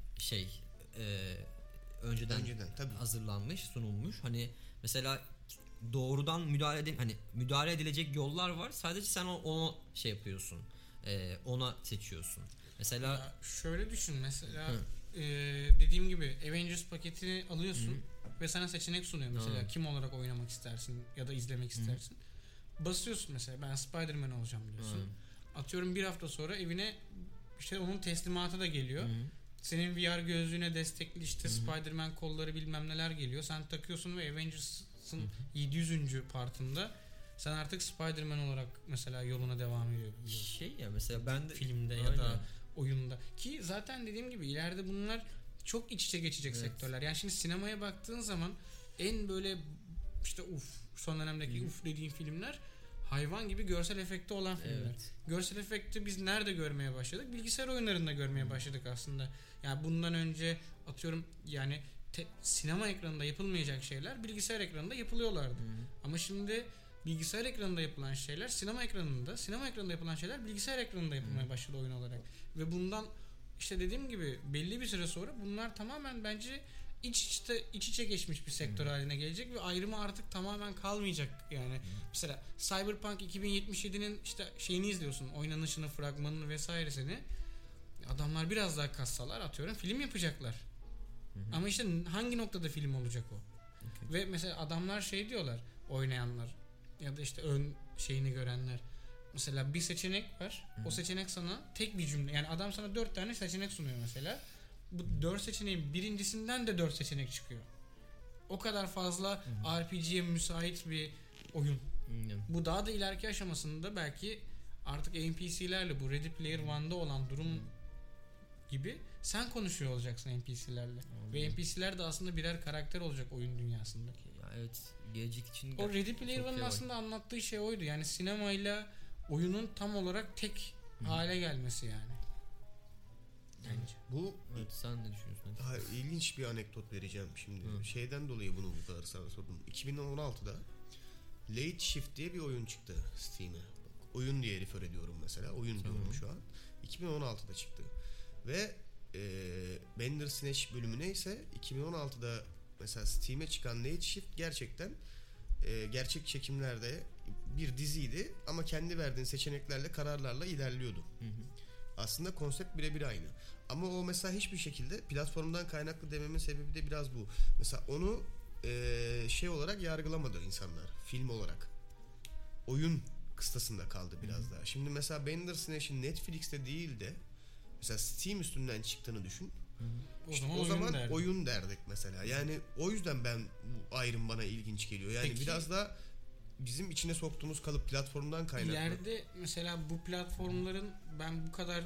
önceden tabii. hazırlanmış, sunulmuş. Hani mesela doğrudan müdahale edilecek yollar var. Sadece sen onu şey yapıyorsun. Ona seçiyorsun. Mesela Ya şöyle düşün mesela dediğim gibi Avengers paketini alıyorsun ve sana seçenek sunuyor mesela kim olarak oynamak istersin ya da izlemek istersin. Basıyorsun mesela ben Spider-Man olacağım diyorsun. Atıyorum bir hafta sonra evine işte onun teslimatı da geliyor. Senin VR gözlüğüne destekli işte Spider-Man kolları bilmem neler geliyor. Sen takıyorsun ve Avengers'ın 700. partında sen artık Spider-Man olarak mesela yoluna devam ediyor. ya mesela ben de Filmde ya da oyunda. Ki zaten dediğim gibi ileride bunlar çok iç içe geçecek sektörler. Yani şimdi sinemaya baktığın zaman en böyle işte son dönemdeki dediğim filmler hayvan gibi görsel efekti olan filmler. Evet. Görsel efekti biz nerede görmeye başladık? Bilgisayar oyunlarında görmeye başladık aslında. Yani bundan önce atıyorum yani sinema ekranında yapılmayacak şeyler bilgisayar ekranında yapılıyorlardı. Ama şimdi bilgisayar ekranında yapılan şeyler sinema ekranında yapılan şeyler bilgisayar ekranında yapılmaya başladı oyun olarak. Ve bundan işte dediğim gibi belli bir süre sonra bunlar tamamen bence iç içe geçmiş bir sektör haline gelecek ve ayrımı artık tamamen kalmayacak yani. Mesela Cyberpunk 2077'nin işte şeyini izliyorsun, oynanışını, fragmanını vesairesini. Adamlar biraz daha kassalar atıyorum film yapacaklar. Ama işte hangi noktada film olacak o? Ve mesela adamlar şey diyorlar, oynayanlar ya da işte ön şeyini görenler. Mesela bir seçenek var. O seçenek sana tek bir cümle. Yani adam sana 4 tane seçenek sunuyor mesela. Bu 4 seçeneğin birincisinden de 4 seçenek çıkıyor. O kadar fazla RPG'ye müsait bir oyun. Bu daha da ileriki aşamasında belki artık NPC'lerle bu Ready Player One'da olan durum gibi sen konuşuyor olacaksın NPC'lerle. Ve NPC'ler de aslında birer karakter olacak oyun dünyasındaki. Ya evet, gelecek için o Ready Player One'ın aslında anlattığı şey oydu. Yani sinemayla oyunun tam olarak tek hale gelmesi yani. Bence. Bu evet, sen ne düşünüyorsun? ilginç bir anekdot vereceğim şimdi. Şeyden dolayı bunu bu kadar sana sordum. 2016'da Late Shift diye bir oyun çıktı Steam'e. Oyun diye refer ediyorum mesela. Oyun diyorum şu an. 2016'da çıktı. Ve Bandersnatch bölümü neyse 2016'da mesela Steam'e çıkan Late Shift gerçekten gerçek çekimlerde bir diziydi ama kendi verdiğin seçeneklerle, kararlarla ilerliyordu. Aslında konsept birebir aynı. Ama o mesela hiçbir şekilde platformdan kaynaklı dememin sebebi de biraz bu. Mesela onu şey olarak yargılamadı insanlar. Film olarak. Oyun kıstasında kaldı biraz daha. Şimdi mesela Bandersnatch'in Netflix'te değil de mesela Steam üstünden çıktığını düşün. İşte o zaman oyun derdik mesela. Yani o yüzden ben bu ayrım bana ilginç geliyor. Yani peki, biraz da bizim içine soktuğumuz kalıp platformdan kaynaklı. İleride mesela bu platformların ben bu kadar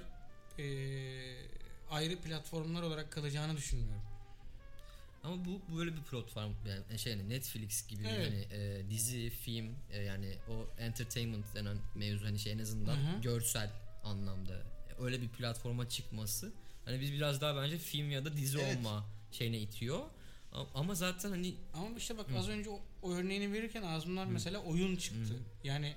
ayrı platformlar olarak kalacağını düşünmüyorum. Ama bu böyle bir platform yani Netflix gibi hani dizi, film yani o entertainment denen mevzu hani en azından görsel anlamda öyle bir platforma çıkması hani biz biraz daha bence film ya da dizi olma şeyine itiyor. Ama zaten hani ama işte bak az önce o örneğini verirken ağzımdan mesela oyun çıktı. Yani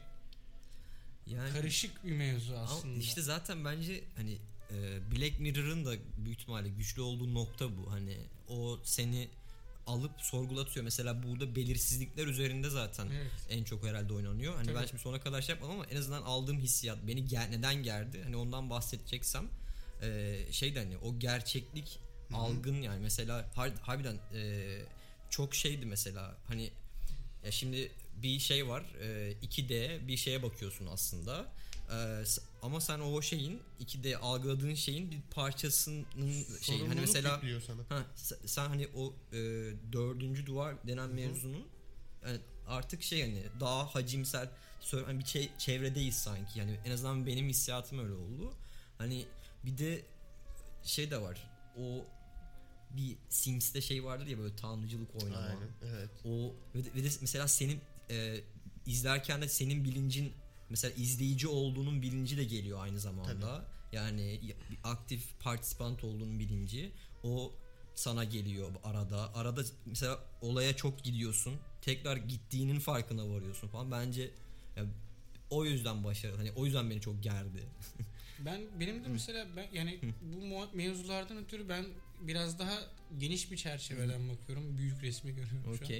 karışık bir mevzu aslında. Ama işte zaten bence hani Black Mirror'ın da büyük ihtimalle güçlü olduğu nokta bu. Hani o seni alıp sorgulatıyor. Mesela burada belirsizlikler üzerinde zaten en çok herhalde oynanıyor. Hani ben şimdi sona kadar şey yapmam ama en azından aldığım hissiyat beni neden gerdi? Hani ondan bahsedeceksem hani o gerçeklik algın yani mesela harbiden çok şeydi mesela hani ya şimdi bir şey var 2D bir şeye bakıyorsun aslında ama sen o şeyin 2D algıladığın şeyin bir parçasının şeyi hani mesela sen hani o dördüncü duvar denen mevzunun yani artık hani daha hacimsel hani bir çevredeyiz sanki yani en azından benim hissiyatım öyle oldu hani bir de şey de var o bir Sims'te şey vardır ya böyle tanrıcılık oynama. Aynen, evet. O ve de mesela senin izlerken de senin bilincin mesela izleyici olduğunun bilinci de geliyor aynı zamanda. Tabii. Yani bir aktif partisipant olduğunun bilinci o sana geliyor arada mesela olaya çok gidiyorsun tekrar gittiğinin farkına varıyorsun falan bence yani, o yüzden başarılı hani o yüzden beni çok gerdi. Benim de mesela yani bu mevzulardan ötürü ben biraz daha geniş bir çerçeveden bakıyorum. Büyük resmi görüyorum şu an.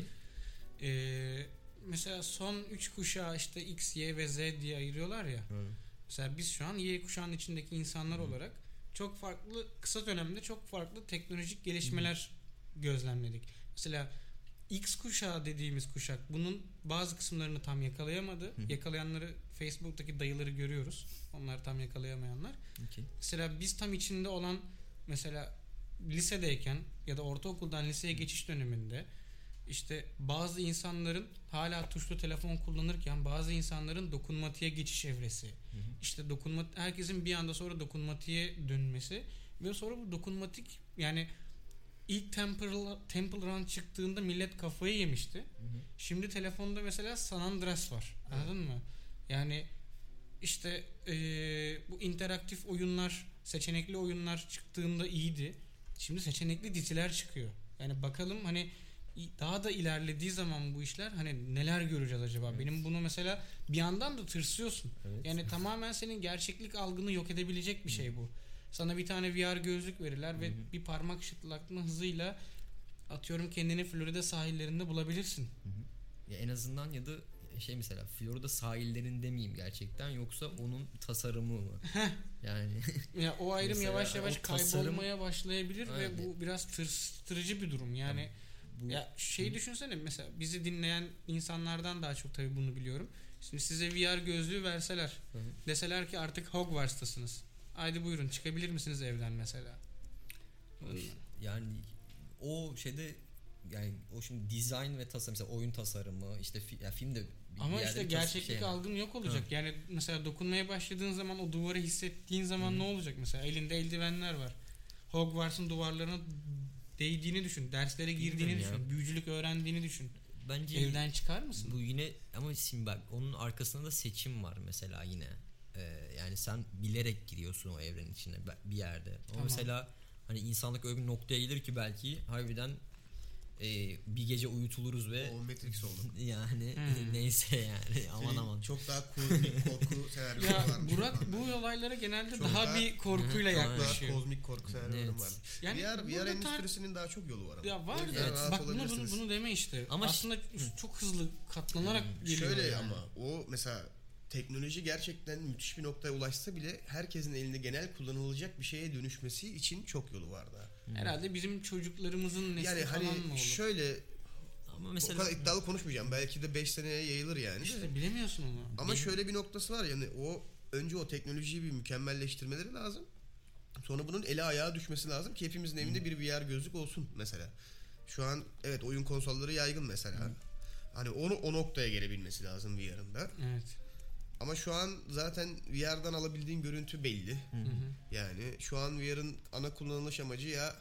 Mesela son 3 kuşağı işte X, Y ve Z diye ayırıyorlar ya. Mesela biz şu an Y kuşağının içindeki insanlar olarak çok farklı kısa dönemde çok farklı teknolojik gelişmeler gözlemledik. Mesela X kuşağı dediğimiz kuşak bunun bazı kısımlarını tam yakalayamadı. Yakalayanları Facebook'taki dayıları görüyoruz. Onlar tam yakalayamayanlar. Mesela biz tam içinde olan mesela lisedeyken ya da ortaokuldan liseye geçiş döneminde işte bazı insanların hala tuşlu telefon kullanırken bazı insanların dokunmatiğe geçiş evresi. İşte herkesin bir anda sonra dokunmatiğe dönmesi ve sonra bu dokunmatik yani İlk Temple Run çıktığında millet kafayı yemişti. Şimdi telefonda mesela San Andreas var. Anladın mı? Yani işte bu interaktif oyunlar, seçenekli oyunlar çıktığında iyiydi. Şimdi seçenekli diziler çıkıyor. Yani bakalım hani daha da ilerlediği zaman bu işler hani neler göreceğiz acaba? Evet. Benim bunu mesela bir yandan da tırsıyorsun. Evet. Yani tamamen senin gerçeklik algını yok edebilecek bir şey bu. Sana bir tane VR gözlük verirler ve bir parmak şıklatma hızıyla atıyorum kendini Florida sahillerinde bulabilirsin. Ya en azından ya da mesela Florida sahillerinde miyim gerçekten yoksa onun tasarımı mı? Yani Ya o ayrım Mesela yavaş yavaş o tasarım- kaybolmaya başlayabilir Aynen. ve bu biraz tırsıtırıcı bir durum. Yani bu ya düşünsene, mesela bizi dinleyen insanlardan daha çok tabii bunu biliyorum. Şimdi size VR gözlüğü verseler, Hı hı. deseler ki artık Hogwarts'tasınız. Haydi buyurun, çıkabilir misiniz evden mesela? yani o şeyde yani o şimdi dizayn ve tasarım mesela oyun tasarımı işte ya filmde bir Ama yerde işte bir tasarım gerçeklik şey algın yok olacak. Yani mesela dokunmaya başladığın zaman o duvarı hissettiğin zaman ne olacak mesela? Elinde eldivenler var. Hogwarts'ın duvarlarına değdiğini düşün. Derslere girdiğini Bilmiyorum düşün. ya. Büyücülük öğrendiğini düşün. bence Evden çıkar mısın? bu yine ama şimdi bak onun arkasında da seçim var mesela yine. Yani sen bilerek giriyorsun o evrenin içine bir yerde. Ama Tamam. mesela hani insanlık öyle bir noktaya gelir ki belki harbiden bir gece uyutuluruz ve O Matrix oldu. yani neyse yani aman. Çok daha kozmik korku senaryoları Ya varmış. Burak bu olaylara genelde Çok daha daha- bir korkuyla Çok Çok daha yaklaşıyor. kozmik korku senaryoları Evet. var. Yani VR burada endüstrisinin daha çok yolu var ama. Ya var O yüzden da rahat bak bunu olabilirsiniz. deme işte. Ama aslında çok hızlı katlanarak geliyor. Şöyle yani. ama o mesela teknoloji gerçekten müthiş bir noktaya ulaşsa bile herkesin elinde genel kullanılacak bir şeye dönüşmesi için çok yolu var daha. Herhalde bizim çocuklarımızın nesli Yani falan mı hani olur? şöyle Ama o mesela kadar iddialı konuşmayacağım. Belki de 5 seneye yayılır yani. İşte bilemiyorsun onu. Ama şöyle bir noktası var yani önce o teknolojiyi bir mükemmelleştirmeleri lazım. Sonra bunun ele ayağa düşmesi lazım ki hepimizin evinde bir VR gözlük olsun mesela. Şu an evet oyun konsolları yaygın mesela. Hani o noktaya gelebilmesi lazım VR'ın da. Evet. Ama şu an zaten VR'dan alabildiğin görüntü belli. Hı hı. Yani şu an VR'ın ana kullanılış amacı ya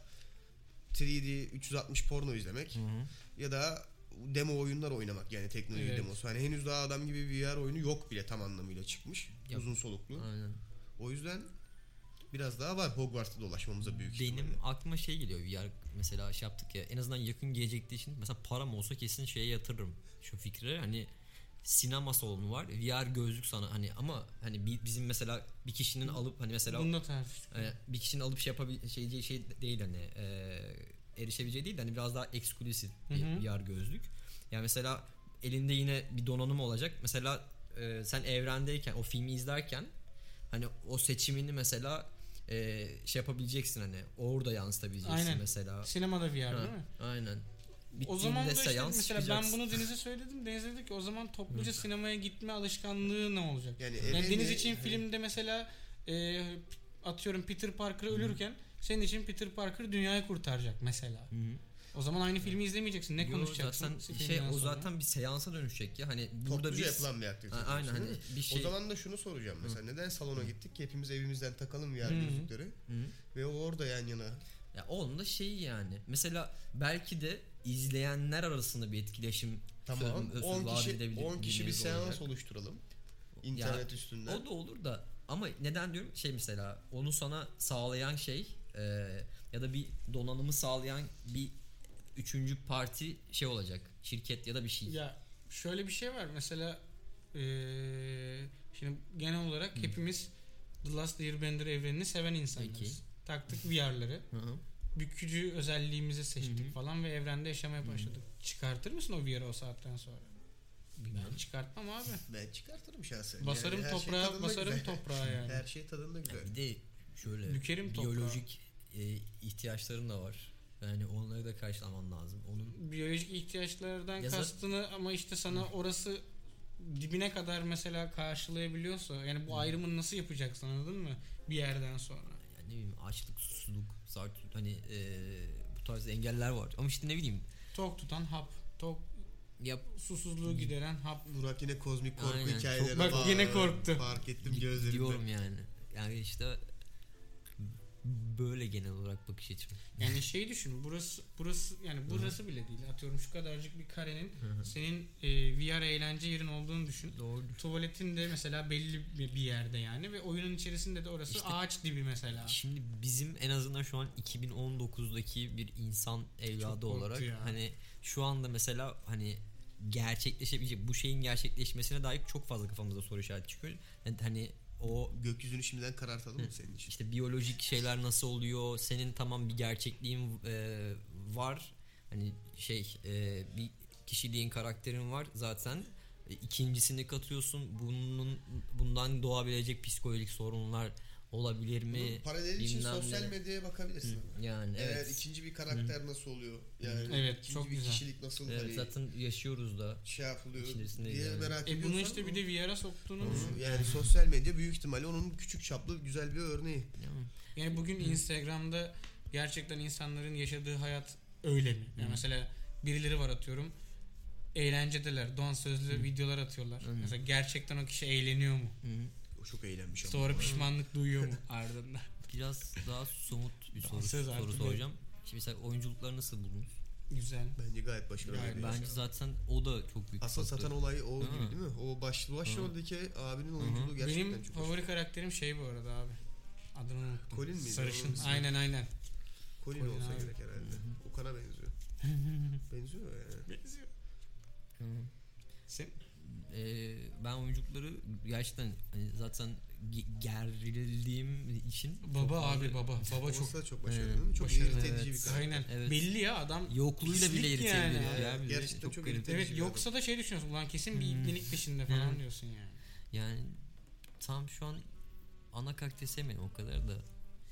3D 360 porno izlemek ya da demo oyunlar oynamak, yani teknoloji Evet. demosu. Hani henüz daha adam gibi VR oyunu yok bile tam anlamıyla çıkmış. Yok. Uzun soluklu. aynen. O yüzden biraz daha var Hogwarts'ta dolaşmamıza büyük Benim ihtimalle. aklıma şey geliyor VR mesela şey yaptık ya en azından yakın gelecekte için mesela param olsa kesin şeye yatırırım şu fikri hani sinema salonu var VR gözlük sana hani ama hani bizim mesela bir kişinin alıp hani mesela Bunu da tartıştık. bir kişinin alıp şey yapabileceği şey değil hani erişebileceği değil de hani biraz daha eksklusif bir Hı hı. VR gözlük. Yani mesela elinde yine bir donanım olacak. Mesela sen evrendeyken o filmi izlerken hani o seçimini mesela şey yapabileceksin hani orada yansıtabileceksin Aynen. mesela. Sinemada VR değil Ha, mi? aynen. O zaman da işte seans mesela ben çıkacaksın. bunu Deniz'e söyledim. Deniz dedi ki o zaman topluca sinemaya gitme alışkanlığı ne olacak? Yani Yani Deniz evinde- için filmde mesela atıyorum Peter Parker ölürken senin için Peter Parker dünyayı kurtaracak mesela. Hı hı. O zaman aynı filmi izlemeyeceksin. Ne Yo, konuşacaksın? zaten filmden o sonra? zaten bir seansa dönüşecek ya hani burada Topluca biz yapılan bir aktivite. aynen hani diyorsun, değil mi? bir şey O zaman da şunu soracağım mesela. Neden salona gittik ki hepimiz evimizden takalım VR Hı hı. gözlükleri Hı. ve o orada yan yana. Ya onun da şeyi yani. Mesela belki de izleyenler arasında bir etkileşim Tamam. söz 10 vaat kişi edebilir- 10 kişi bir bilmeniz seans olacak. oluşturalım. İnternet üstünden. O da olur da ama neden diyorum şey mesela onu sana sağlayan şey ya da bir donanımı sağlayan bir üçüncü parti şey olacak. Şirket ya da bir şey. Ya şöyle bir şey var mesela şimdi genel olarak hepimiz The Last Airbender evrenini seven insanlarız. Peki. Taktık VR'ları. Hı hı. Bükücü özelliğimizi seçtik Hı hı. falan ve evrende yaşamaya başladık. Çıkartır mısın o VR'ı o saatten sonra? Bilmiyorum. Ben çıkartmam abi. Ben çıkartırım şahsen. Basarım Yani her şey toprağa, tadında basarım güzel. toprağa yani. Her şey tadında güzel. Bir de şöyle Bükerim toprağı. biyolojik ihtiyaçların da var. Yani onları da karşılaman lazım. Onun Biyolojik ihtiyaçlardan Ya kastını ama işte sana orası dibine kadar mesela karşılayabiliyorsa yani bu ayrımını nasıl yapacaksın, anladın mı? Bir yerden sonra. yani ne bileyim açlık, susuzluk, hani bu tarz engeller var. Ama işte ne bileyim Tok tutan hap, yap susuzluğu gideren hap. Burak yine kozmik korku Aynen, hikayeleri Bak var. yine korktu. Fark ettim gözlerimde. diyorum yani. Yani işte böyle genel olarak bakış açım. Yani şey düşün, burası yani burası bile değil. Atıyorum şu kadarcık bir karenin senin VR eğlence yerin olduğunu düşün. Doğru. Tuvaletin de mesela belli bir yerde yani ve oyunun içerisinde de orası İşte ağaç dibi mesela. Şimdi bizim en azından şu an 2019'daki bir insan evladı olarak ya. hani şu anda mesela hani gerçekleşebilecek bu şeyin gerçekleşmesine dair çok fazla kafamızda soru işareti çıkıyor. Yani hani o Gökyüzünü şimdiden karartalım mı senin için? işte biyolojik şeyler nasıl oluyor? Senin tamam bir gerçekliğin var. Hani bir kişiliğin, karakterin var zaten. İkincisini katıyorsun. Bundan doğabilecek psikolojik sorunlar olabilir mi? Paralel için Bilmem sosyal ne. medyaya bakabilirsin. Yani Eğer evet. ikinci bir karakter nasıl oluyor? Yani Evet, ikinci çok bir güzel. kişilik nasıl Evet, hani zaten yaşıyoruz da. şey yapılıyor İçerisindeyiz diye yani. merak ediyorsan. Bunu işte bir de VR'a soktuğunuz. Yani sosyal medya büyük ihtimalle onun küçük çaplı güzel bir örneği. Yani bugün Instagram'da gerçekten insanların yaşadığı hayat öyle mi? Yani mesela birileri var atıyorum. Eğlencedeler. Dansözlü videolar atıyorlar. Mesela gerçekten o kişi eğleniyor mu? O çok eğlenmiş ama. Sonra pişmanlık duyuyor mu ardından? Biraz daha somut bir Söz artı soru bir- soracağım. Şimdi mesela oyunculukları nasıl buldunuz? Güzel. Bence gayet başarılı. Yani bir Bence zaten o da çok büyük. asıl faktör. satan olay o Değil gibi mi? değil mi? O başroldeki abinin oyunculuğu gerçekten Benim çok favori karakterim şey bu arada abi. Adını unuttum. Colin miydi? Sarışın. Onun ismi. Aynen. Colin Colin olsa abi. gerek herhalde. Okan'a benziyor. Benziyor yani. Benziyor. Hı. Sen Ben oyunculukları gerçekten hani zaten gerildiğim için çok baba fazla- abi baba Çok, çok da çok başarılı Evet, değil mi? Çok başarılı. irite edici bir Evet. karakter. aynen. Evet. Belli ya adam Yokluğuyla bile pislik irite ediyor yani. ya. Bile Gerçekten çok garip. irite Evet edici bir yoksa da şey düşünüyorsun ulan kesin bir ibnelik peşinde falan diyorsun yani. Yani tam şu an ana karakteri sevmedim o kadar da.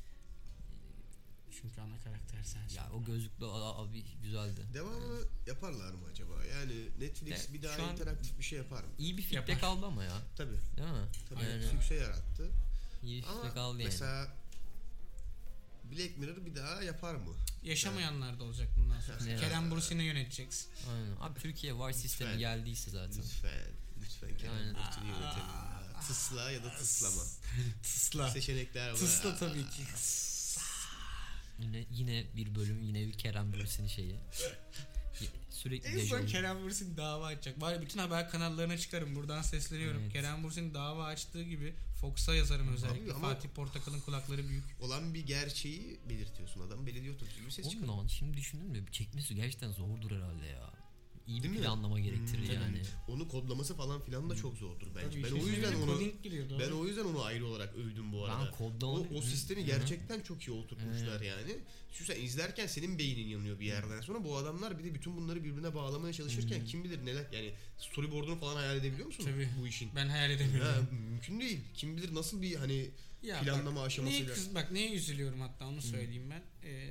Çünkü ana karakter sensin. Ya o gözlüklü abi güzeldi. Devamını yaparlar mı acaba? Yani Netflix De- bir daha şu an- interaktif bir şey yapar mı? İyi bir feedback Yapar. aldı ama ya. Tabii. Değil mi? Tabii. Yani Sükse yarattı. iyi feedback Ama aldı yani. mesela Black Mirror bir daha yapar mı? Yaşamayanlar da olacak bundan sonra. Evet. Kerem Bursin'i yöneteceksin. Aynen. Abi Türkiye var sistemi Lütfen. geldiyse zaten. Lütfen Kerem Aynen. Bürsin'i yönetelim. ya. Tısla ya da tıslama. Tısla. Seçenekler var. Tısla tabii ki. Yine bir bölüm, yine bir Kerem Bürsin şeyi. Sürekli En son dejavu. Kerem Bursin dava açacak. Var ya bütün haber kanallarına çıkarım. Buradan sesleniyorum. Evet. Kerem Bursin dava açtığı gibi Fox'a yazarım özellikle. ama- Fatih Portakal'ın kulakları büyük. Olan bir gerçeği belirtiyorsun. Adam belediye otobüsü gibi ses Oğlum çıkarıyor. lan şimdi düşündün mü? Çekmesi gerçekten zordur herhalde ya. İyi Değil bir mi? planlama gerektirir yani. Onu kodlaması falan filan da çok zordur bence. Tabii, Ben işin o yüzden içine bir onu coding giriyor, doğru. ben o yüzden onu ayrı olarak övdüm bu arada. Ben kodlama... O sistemi gerçekten çok iyi oturtmuşlar yani. Şu sen izlerken senin beynin yanıyor bir yerden sonra. Bu adamlar bir de bütün bunları birbirine bağlamaya çalışırken kim bilir neler yani storyboard'unu falan hayal edebiliyor musun Tabii. bu işin? Ben hayal edemiyorum. Ya, mümkün değil. Kim bilir nasıl bir hani Ya planlama bak, aşamasıyla. neye üzülüyorum hatta onu söyleyeyim ben.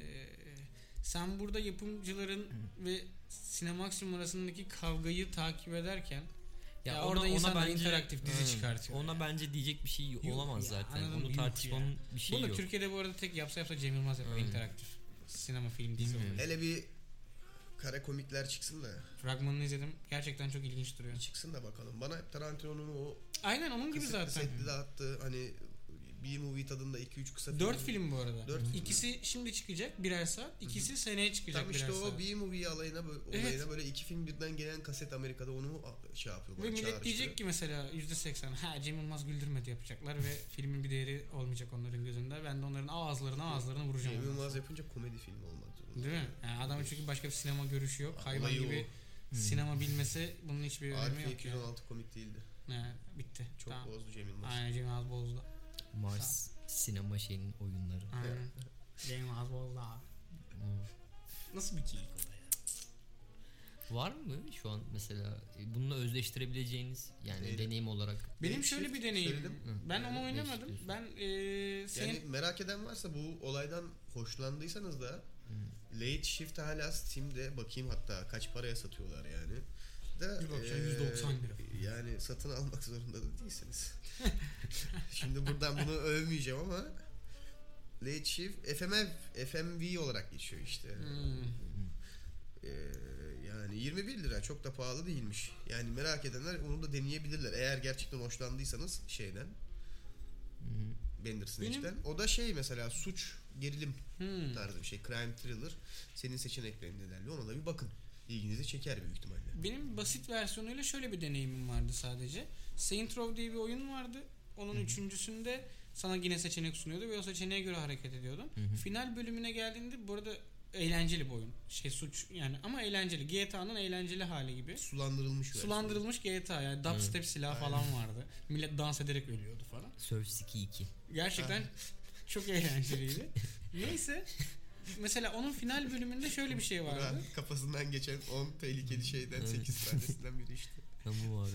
Sen burada yapımcıların ve Cinemaximum arasındaki kavgayı takip ederken ya orada insanlar interaktif dizi çıkartıyor. Ona bence diyecek bir şey olamaz ya, zaten. anladım, Onu yok tartışmanın ya. bir şeyi Bunu yok. Türkiye'de bu arada tek yapsa Cem Yılmaz yapar interaktif. Sinema film dizi Bilmiyorum. olur. Hele bir kara komikler çıksın da. Fragmanını izledim. Gerçekten çok ilginç duruyor. Çıksın da bakalım. Bana hep Tarantino'nun o Aynen onun gibi zaten. setli dağıttığı hani B-movie tadında 2-3 kısa 4 film bu arada. 4 film. İkisi şimdi çıkacak birer saat. İkisi seneye çıkacak Tam birer işte saat. o B-movie olayına böyle iki film birden gelen kaset Amerika'da onu şey yapıyorlar. Ve millet çağrıştırıyor. diyecek ki mesela %80 ha Cem Yılmaz güldürmedi yapacaklar ve filmin bir değeri olmayacak onların gözünde. Ben de onların ağızlarına vuracağım. Cem ondan Yılmaz sonra. yapınca komedi filmi olmak zorunda. Değil mi? Yani adamın çünkü başka bir sinema görüşü yok. Hayvan Olayı gibi sinema bilmesi bunun hiçbir önemi Arif yok yani. 216 komik değildi. Bitti. Çok Tamam. bozdu Cem Yılmaz. Aynen Cem Yılmaz bozdu. Mars sinema şeyinin oyunları. Aynen. Cem Yılmaz bozdu abi. Nasıl bir keyif o da ya? Var mı şu an mesela bununla özleştirebileceğiniz yani Neyle? deneyim olarak? Benim Late şöyle Shift bir deneyim. söyledim. Ben onu Ne oynamadım. istiyorsun? Ben senin Yani merak eden varsa bu olaydan hoşlandıysanız da Late Shift hala Steam'de bakayım hatta kaç paraya satıyorlar yani. Da, Bir bakacağım, 190 lira. Yani satın almak zorunda da değilsiniz. Şimdi buradan bunu övmeyeceğim ama Late Shift FMV olarak geçiyor işte. Yani 21 lira çok da pahalı değilmiş. Yani merak edenler onu da deneyebilirler. Eğer gerçekten hoşlandıysanız şeyden. Bandersnatch'ten. O da şey mesela suç gerilim tarzı bir şey. Crime thriller. Senin seçeneklerinde derli. Ona da bir bakın. İlginizi çeker büyük ihtimalle. Benim basit versiyonuyla şöyle bir deneyimim vardı sadece. Saints Row diye bir oyun vardı. Onun üçüncüsünde sana yine seçenek sunuyordu ve o seçeneğe göre hareket ediyordun. Final bölümüne geldiğinde bu arada eğlenceli bir oyun. Suç yani ama eğlenceli. GTA'nın eğlenceli hali gibi. Sulandırılmış versiyonu. Sulandırılmış GTA yani dubstep silah falan vardı. Millet dans ederek ölüyordu falan. Surf Ski 2. Gerçekten çok eğlenceliydi. Neyse mesela onun final bölümünde şöyle bir şey vardı. Burak'ın kafasından geçen 10 tehlikeli şeyden 8 tanesinden biri işte. Tamam abi.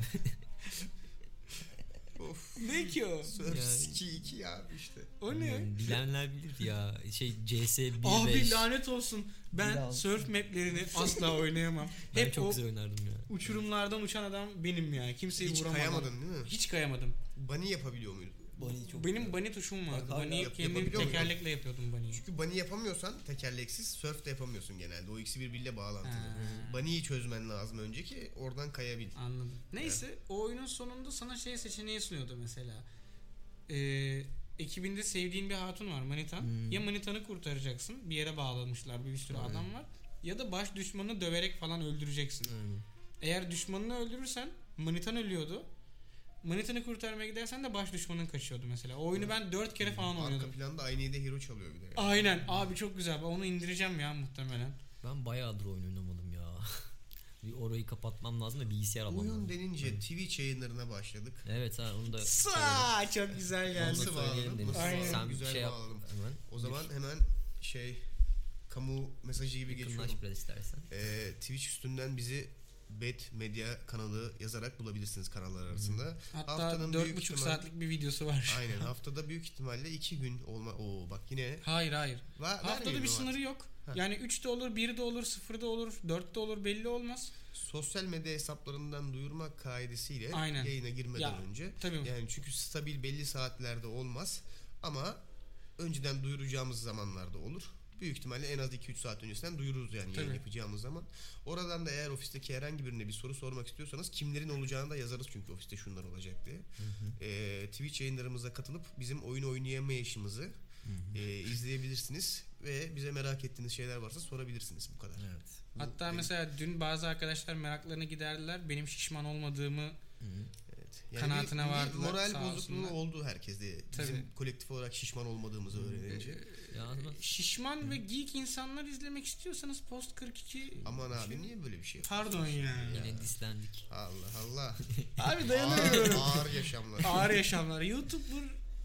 Of. Ne ki o? Surf Ya- Ski 2 ya işte. O ne? Yani bilenler bilir ya. CS 1.5. Abi lanet olsun. Ben Biraz. surf maplerini asla oynayamam. Ben Hep çok o güzel oynardım ya. uçurumlardan uçan adam benim ya. Kimseyi Hiç vuramadım. kayamadın değil mi? Hiç kayamadım. Bunny yapabiliyor muydun? Benim bunny tuşum vardı. Bak, Bunny'yi kendim yapabiliyor musun? tekerlekle yapıyordum bunny'yi. Çünkü bunny yapamıyorsan tekerleksiz surf de yapamıyorsun genelde. O ikisi birbiriyle bağlantılı. Ha. Bunny'yi çözmen lazım önce ki oradan kayabil. Anladım. Neyse o oyunun sonunda sana şey seçeneği sunuyordu mesela. Ekibinde sevdiğin bir hatun var, manitan. Ya manitanı kurtaracaksın. Bir yere bağlamışlar, bir sürü adam var. Ya da baş düşmanını döverek falan öldüreceksin. Eğer düşmanını öldürürsen manitan ölüyordu. Manitanı kurtarmaya gidersen de baş düşmanın kaçıyordu mesela. O oyunu ben 4 kere falan oynadım. Arka planda I Need a Hero çalıyor bir de. Aynen abi çok güzel. Ben onu indireceğim ya muhtemelen. Ben bayağıdır oyun oynamadım ya. Bir orayı kapatmam lazım da bilgisayar almam Oyun lazım. denince Twitch yayınlarına başladık. Evet ha onu da Çok güzel Onu da geldi. Nasıl söyleyelim bağladım? Deniz. Nasıl Aynen. bağladım? Sen Güzel şey yap bağladım. hemen. O zaman hemen kamu mesajı gibi Yakınlaş geçiyorum. biraz istersen. Twitch üstünden bizi Bet Medya kanalı yazarak bulabilirsiniz kanallar arasında. Hatta Haftanın 4,5 büyük ihtimal- saatlik bir videosu var. Aynen haftada büyük ihtimalle 2 gün olma. Oo bak yine Hayır. Haftada vermeyelim bir o sınırı artık. yok. Ha. Yani 3'te olur, 1'de olur, 0'da olur, 4'te olur belli olmaz. Sosyal medya hesaplarından duyurmak kaidesiyle Aynen. yayına girmeden Ya, önce. tabii. Yani çünkü stabil belli saatlerde olmaz ama önceden duyuracağımız zamanlarda olur. Büyük ihtimalle en az 2-3 saat öncesinden duyururuz yani yayın Tabii. yapacağımız zaman. Oradan da eğer ofisteki herhangi birine bir soru sormak istiyorsanız kimlerin olacağını da yazarız çünkü ofiste şunlar olacak diye. Twitch yayınlarımıza katılıp bizim oyun oynayamayışımızı izleyebilirsiniz ve bize merak ettiğiniz şeyler varsa sorabilirsiniz bu kadar. Evet. Bu Hatta benim- mesela dün bazı arkadaşlar meraklarını giderdiler. Benim şişman olmadığımı Evet. kanaatine bir vardılar, moral sağ bozukluğu olsunlar. oldu herkeste. Bizim Tabii. kolektif olarak şişman olmadığımızı öğrenince. Ya aslında şişman ve geek insanlar izlemek istiyorsanız Post 42 Aman abi niye böyle bir şey yapıyorsun? pardon ya. yine dislendik. Allah Allah. Abi dayanamıyorum. Ağır yaşamlar. Ağır yaşamlar. YouTuber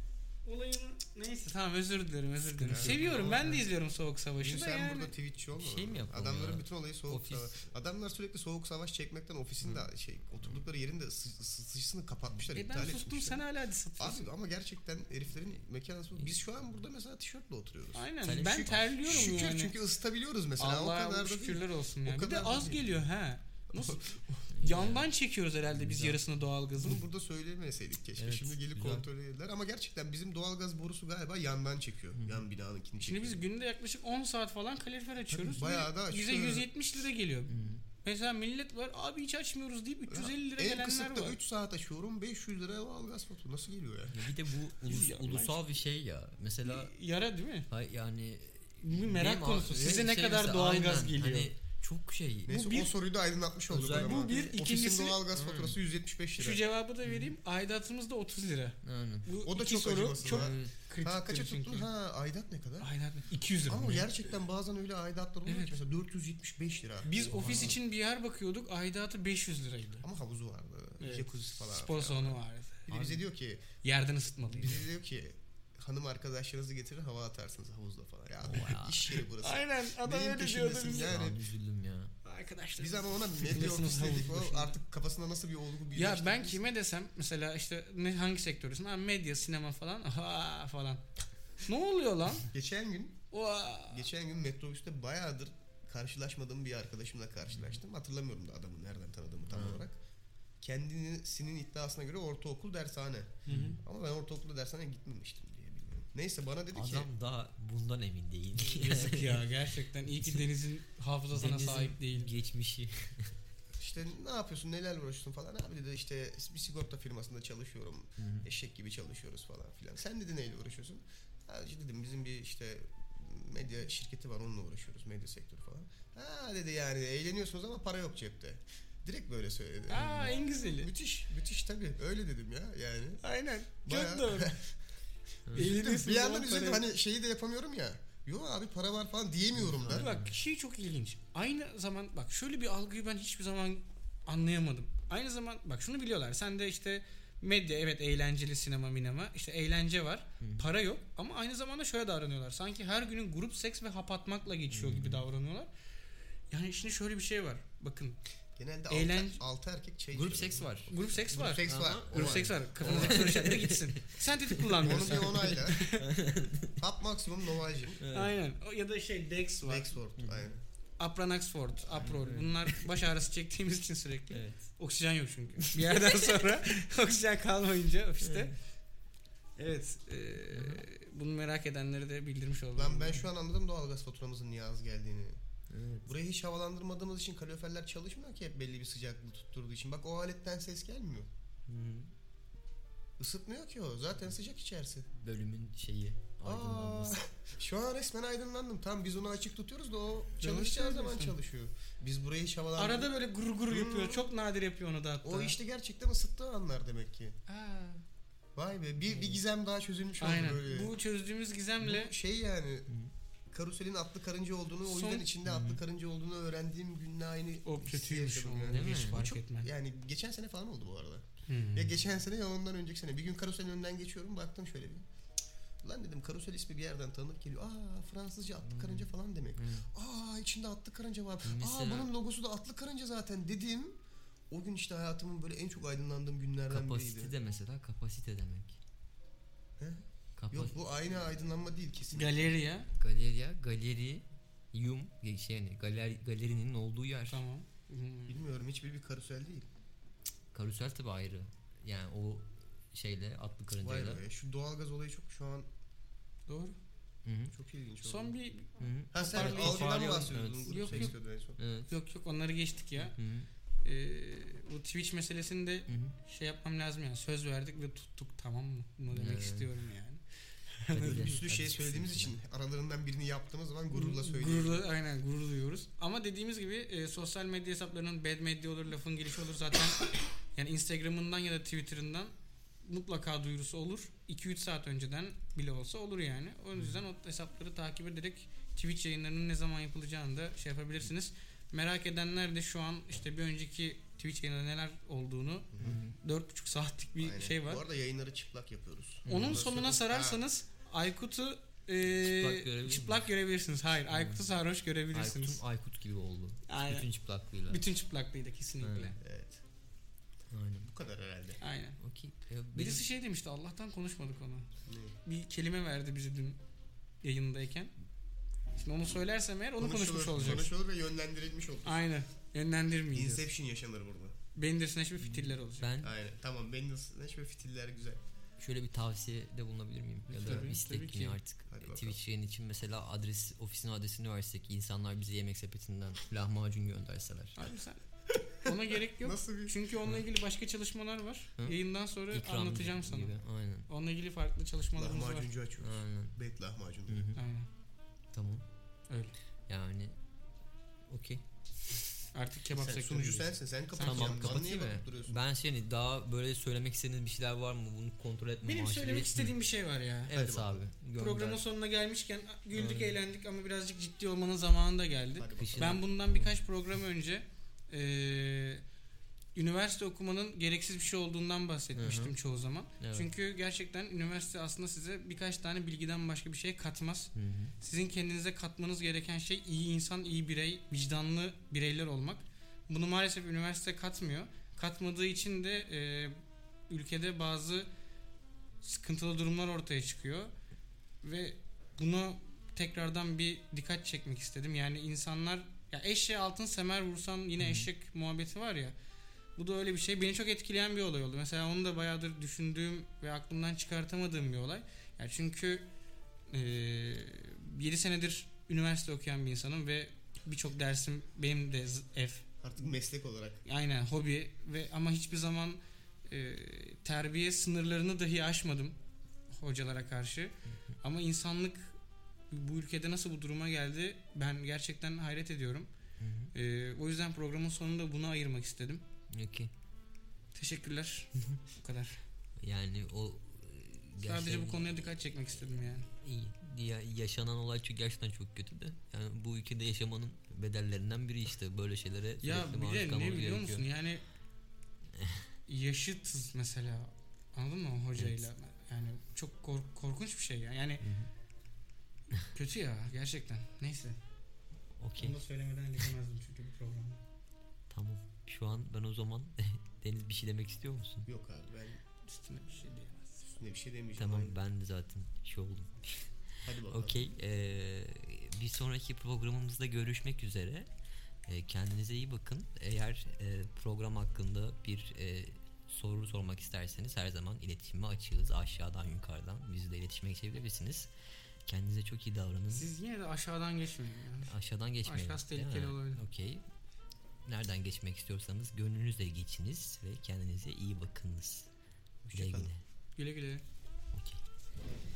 olayını neyse tamam özür dilerim. Seviyorum ben de izliyorum Soğuk Şimdi Savaş'ı da sen yani. burada Twitch'çi olma. Şey mi yapalım Adamların ya? bütün olayı soğuk Ofis. savaş. Adamlar sürekli soğuk savaş çekmekten ofisinde oturdukları yerin de sıçısını kapatmışlar. Ben iptal sustum etmişler. sen hala hadi satıyorsun. Abi ama gerçekten heriflerin mekanı soğuk. Biz şu an burada mesela tişörtle oturuyoruz. Aynen Sen ben şükür- terliyorum Şükür yani. çünkü ısıtabiliyoruz mesela. Allah'a o kadar da şükürler değil. olsun O ya. Bir kadar de da az değil. geliyor ha. Nasıl? Yandan çekiyoruz herhalde biz yarısını doğalgazın. Bunu burada söylemeseydik keşke. Evet, Şimdi gelip güzel. kontrol ederler ama gerçekten bizim doğalgaz borusu galiba yandan çekiyor. Yan binanınkini Şimdi çekiyor. biz günde yaklaşık 10 saat falan kalorifer açıyoruz. Tabii, bayağı ve da bize açıyoruz. 170 lira geliyor. Mesela millet var abi hiç açmıyoruz deyip 350 lira en gelenler kısıkta var. 3 saat açıyorum 500 liraya doğalgaz faturası. Nasıl geliyor ya? Ya bir de bu ulusal bir şey ya. Mesela Yara değil mi? yani Bir merak benim konusu. Size ne kadar mesela, doğalgaz aynen, geliyor? Hani çok şey. Neyse bir- o soruyu da aydınlatmış olduk. Özel- ama. bu bir, Ofisin ikincisi- doğalgaz faturası 175 lira. Şu cevabı da vereyim. Aidatımız da 30 lira. Aynen. Bu O da iki çok soru acımasız çok ha. kritik. Ha kaça tuttun? Ha aidat ne kadar? Aidat 200 lira. Ama mı? gerçekten bazen öyle aidatlar oluyor Evet. ki mesela 475 lira. Biz ofis için bir yer bakıyorduk. Aidatı 500 liraydı. Ama havuzu vardı. Evet. Jacuzzi falan. Spor salonu vardı. Bir de bize diyor ki Yerden ısıtmalıydı. bize diyor ki hanım arkadaşlarınızı getirir hava atarsınız havuzda falan. Ya Oha. iş yeri burası. Aynen adam Neyin öyle diyordu peşindesin bize. ya? Yani- Yani üzüldüm ya. Arkadaşlar. Biz ama ona medya Sıkılırsınız ofis dedik. havuz O başında. artık kafasında nasıl bir olgu Ya birleştirdi. ben kime desem mesela işte hangi sektördesin? Ha medya, sinema falan. Aha falan. Ne oluyor lan? Geçen gün metrobüste bayağıdır karşılaşmadığım bir arkadaşımla karşılaştım. Hatırlamıyorum da adamı nereden tanıdığımı tam olarak. Kendisinin iddiasına göre ortaokul dershane. Ama ben ortaokulda dershaneye gitmemiştim diye biliyorum. Neyse bana dedi ki Adam daha bundan emin değil. Yazık ya gerçekten. İyi ki Deniz'in hafızasına Deniz'in sahip değil. geçmişi. işte ne yapıyorsun nelerle uğraşıyorsun falan. Abi dedi işte bir sigorta firmasında çalışıyorum. Eşek gibi çalışıyoruz falan filan. Sen dedi neyle uğraşıyorsun? Ha işte dedim bizim bir işte medya şirketi var, onunla uğraşıyoruz, medya sektörü falan. Ha dedi, yani eğleniyorsunuz ama para yok cepte. Direkt böyle söyledi. En güzeli. Müthiş tabii, öyle dedim ya yani. Aynen. Bayağı- Çok doğru. Bir yandan ama üzüldüm, para- hani şeyi de yapamıyorum ya. Yo abi para var falan diyemiyorum da. Bak şey çok ilginç. Aynı zaman bak şöyle bir algıyı ben hiçbir zaman anlayamadım. Aynı zaman bak şunu biliyorlar. Sen de işte medya, evet, eğlenceli sinema, işte eğlence var. Para yok ama aynı zamanda şöyle davranıyorlar. Sanki her günün grup seks ve hap atmakla geçiyor gibi davranıyorlar. Yani şimdi şöyle bir şey var. Bakın. Genelde Eğlence- altı erkek çay Grup içiyor. seks var. Grup seks var. Grup seks var. Grup seks var. Kafanızdaki soru işaretleri gitsin. Sentetik kullanmıyorsun. Onu bir onayla. Hap maksimum Novalgin. Aynen. Ya da şey Dex var. Rexford. Aynen. Apranaxford, Aprol. Bunlar baş ağrısı çektiğimiz için sürekli. Evet. Oksijen yok çünkü. Bir yerden sonra oksijen kalmayınca ofiste. Evet. Bunu merak edenleri de bildirmiş oldum. Lan ben şu an anladım doğalgaz faturamızın niye az geldiğini. Evet. Burayı hiç havalandırmadığımız için kaloriferler çalışmıyor ki, hep belli bir sıcaklığı tutturduğu için. Bak o aletten ses gelmiyor. Isıtmıyor ki o. Zaten sıcak içerisi. Bölümün şeyi aydınlanması. Şu an resmen aydınlandım. Tam biz onu açık tutuyoruz da o çalışacağı zaman çalışıyor. Biz burayı hiç havalandırmıyoruz. Arada böyle gurur gurur yapıyor. Çok nadir yapıyor onu da hatta. O işte gerçekten ısıttığı anlar demek ki. Aa, Vay be, bir gizem daha çözülmüş oldu aynen. böyle. Bu çözdüğümüz gizemle Bu şey yani karuselin atlı karınca olduğunu, o yüzden içinde atlı karınca olduğunu öğrendiğim günle aynı o hissi kötüymüş yaşadım o. yani. Değil mi? Hiç O fark çok- etmem. Yani geçen sene falan oldu bu arada. Ya geçen sene ya ondan önceki sene. Bir gün karuselin önünden geçiyorum, baktım şöyle bir. Lan dedim, karusel ismi bir yerden tanıdık geliyor. Aa, Fransızca atlı karınca falan demek. Aa, içinde atlı karınca var. Aa, Mesela- bunun logosu da atlı karınca zaten dedim. O gün işte hayatımın böyle en çok aydınlandığım günlerden Kapasite biriydi. de mesela kapasite demek. He? Kapasite. Yok, bu aynı aydınlanma değil kesin. Galeriya. Galeri, şey yani galerinin olduğu yer. Tamam. Bilmiyorum, hiçbir bir karusel değil. Karusel tabi ayrı. Yani o şeyle atlı Vay karıncayla. be, şu doğalgaz olayı çok şu an Doğru. Hı-hı. çok ilginç oldu. Son bir Hı-hı. Ha, sen Toparlayın. algıdan mı Toparlayalım, bahsediyordun? evet. Grup Yok, seks yok. diyordun en son. Evet. yok onları geçtik ya. Hı-hı. Bu Twitch meselesini de Hı-hı. şey yapmam lazım yani. Söz verdik ve tuttuk, tamam mı? Bunu demek Evet. istiyorum yani. Hadi de, Bir sürü hadi şey çıksın söylediğimiz içinden. için aralarından birini yaptığımız zaman gururla söylüyoruz. Aynen gurur duyuyoruz. Ama dediğimiz gibi sosyal medya hesaplarının bad medya olur, lafın gelişi olur zaten. Yani Instagram'ından ya da Twitter'ından mutlaka duyurusu olur. 2-3 saat önceden bile olsa olur yani. O yüzden o hesapları takip ederek Twitch yayınlarının ne zaman yapılacağını da şey yapabilirsiniz. Merak edenler de şu an işte bir önceki Twitch yayınında neler olduğunu 4,5 saatlik bir Aynen. şey var. Bu arada yayınları çıplak yapıyoruz. Onun Ondan sonuna sonra- sararsanız Aykut'u görebilir çıplak görebilirsiniz. Hayır, Aykut'u sarhoş görebilirsiniz. Aykut gibi oldu. Aynen. Bütün çıplaklığıyla. Bütün çıplaklığıyla kesinlikle. Aynen. Evet. Aynen. Bu kadar herhalde. Aynen. Okey. Ya Birisi şey demişti, Allah'tan konuşmadık onu. Ne? Bir kelime verdi bize dün yayındayken. Şimdi onu söylersem eğer onu konuşmuş olacağız. Konuşulur ve yönlendirilmiş olur. Aynen. Yönlendirmeyeceğiz. Inception yaşanır burada. Bandersnatch ve fitiller olacak. Ben Aynen. Tamam, benim ve fitiller güzel. şöyle bir tavsiyede bulunabilir miyim? Ya da Tabii, tabii istek ki. mi artık? Hadi bakalım. Twitch yayın için mesela ofisin adresini versek, insanlar bize yemek sepetinden lahmacun gönderseler. Abi sen ona gerek yok. Nasıl bir... Çünkü onunla ilgili başka çalışmalar var. Hı? Yayından sonra İkram anlatacağım sana. gibi. Aynen. Onunla ilgili farklı çalışmalarımız var. Lahmacuncu açıyoruz. Aynen. Bet lahmacun. Hı hı. Aynen. Tamam. Öyle. Yani okey. Artık kebap Sen sektörü. sunucu sensin. Sen kapatacaksın. Tamam, Bana kapatayım niye mı? bakıp duruyorsun? Ben şey daha böyle söylemek istediğiniz bir şeyler var mı? Bunu kontrol etme. Benim maaşı söylemek değil. istediğim bir şey var ya. Evet Hadi abi. Gönder. Programın sonuna gelmişken güldük, Aynen. eğlendik ama birazcık ciddi olmanın zamanı da geldi. Hadi bakalım. Kışın- Ben bundan birkaç program önce üniversite okumanın gereksiz bir şey olduğundan bahsetmiştim Hı hı. çoğu zaman. Evet. Çünkü gerçekten üniversite aslında size birkaç tane bilgiden başka bir şey katmaz. Hı hı. Sizin kendinize katmanız gereken şey iyi insan, iyi birey, vicdanlı bireyler olmak. Bunu maalesef üniversite katmıyor. Katmadığı için de ülkede bazı sıkıntılı durumlar ortaya çıkıyor. Ve bunu tekrardan bir dikkat çekmek istedim. Yani insanlar, ya eşeğe altın semer vursan yine eşek muhabbeti var ya. Bu da öyle bir şey. Beni çok etkileyen bir olay oldu. Mesela onu da bayağıdır düşündüğüm ve aklımdan çıkartamadığım bir olay. Yani çünkü 7 senedir üniversite okuyan bir insanım ve birçok dersim benim de Artık meslek olarak. aynen hobi ve ama hiçbir zaman terbiye sınırlarını dahi aşmadım hocalara karşı. Ama insanlık bu ülkede nasıl bu duruma geldi ben gerçekten hayret ediyorum. O yüzden programın sonunda bunu ayırmak istedim. Okey. Teşekkürler. Bu kadar. Yani o Sadece bu konuya dikkat çekmek istedim yani. Yaşanan olay çünkü gerçekten çok kötü de. Yani bu ülkede yaşamanın bedellerinden biri işte böyle şeylere Ya sürekli bir maruz de ne kalmamız biliyor gerekiyor. musun yani yaşıtız mesela, anladın mı o hocayla, Evet. yani çok korkunç bir şey ya. Yani kötü ya gerçekten. Neyse. Okey. Onu da söylemeden geçemezdim çünkü bu programda. Tamam. Şu an ben o zaman Deniz bir şey demek istiyor musun? Yok abi ben Üstüne bir şey diyemez. üstüne bir şey demeyeceğim. Tamam Aynen. ben de zaten şey oldum. Hadi bakalım. Okey. Bir sonraki programımızda görüşmek üzere. Kendinize iyi bakın. Eğer program hakkında bir soru sormak isterseniz her zaman iletişime açığız. Aşağıdan yukarıdan bizle iletişime geçebilirsiniz. Kendinize çok iyi davranın. Siz yine de aşağıdan geçmeyin yani. Aşağıdan geçmeyin. Aşağısı Değil tehlikeli mi? olabilir. Okey. Nereden geçmek istiyorsanız gönlünüzle geçiniz ve kendinize iyi bakınız. Güle Hoşça kalın. güle. Güle güle. Okey.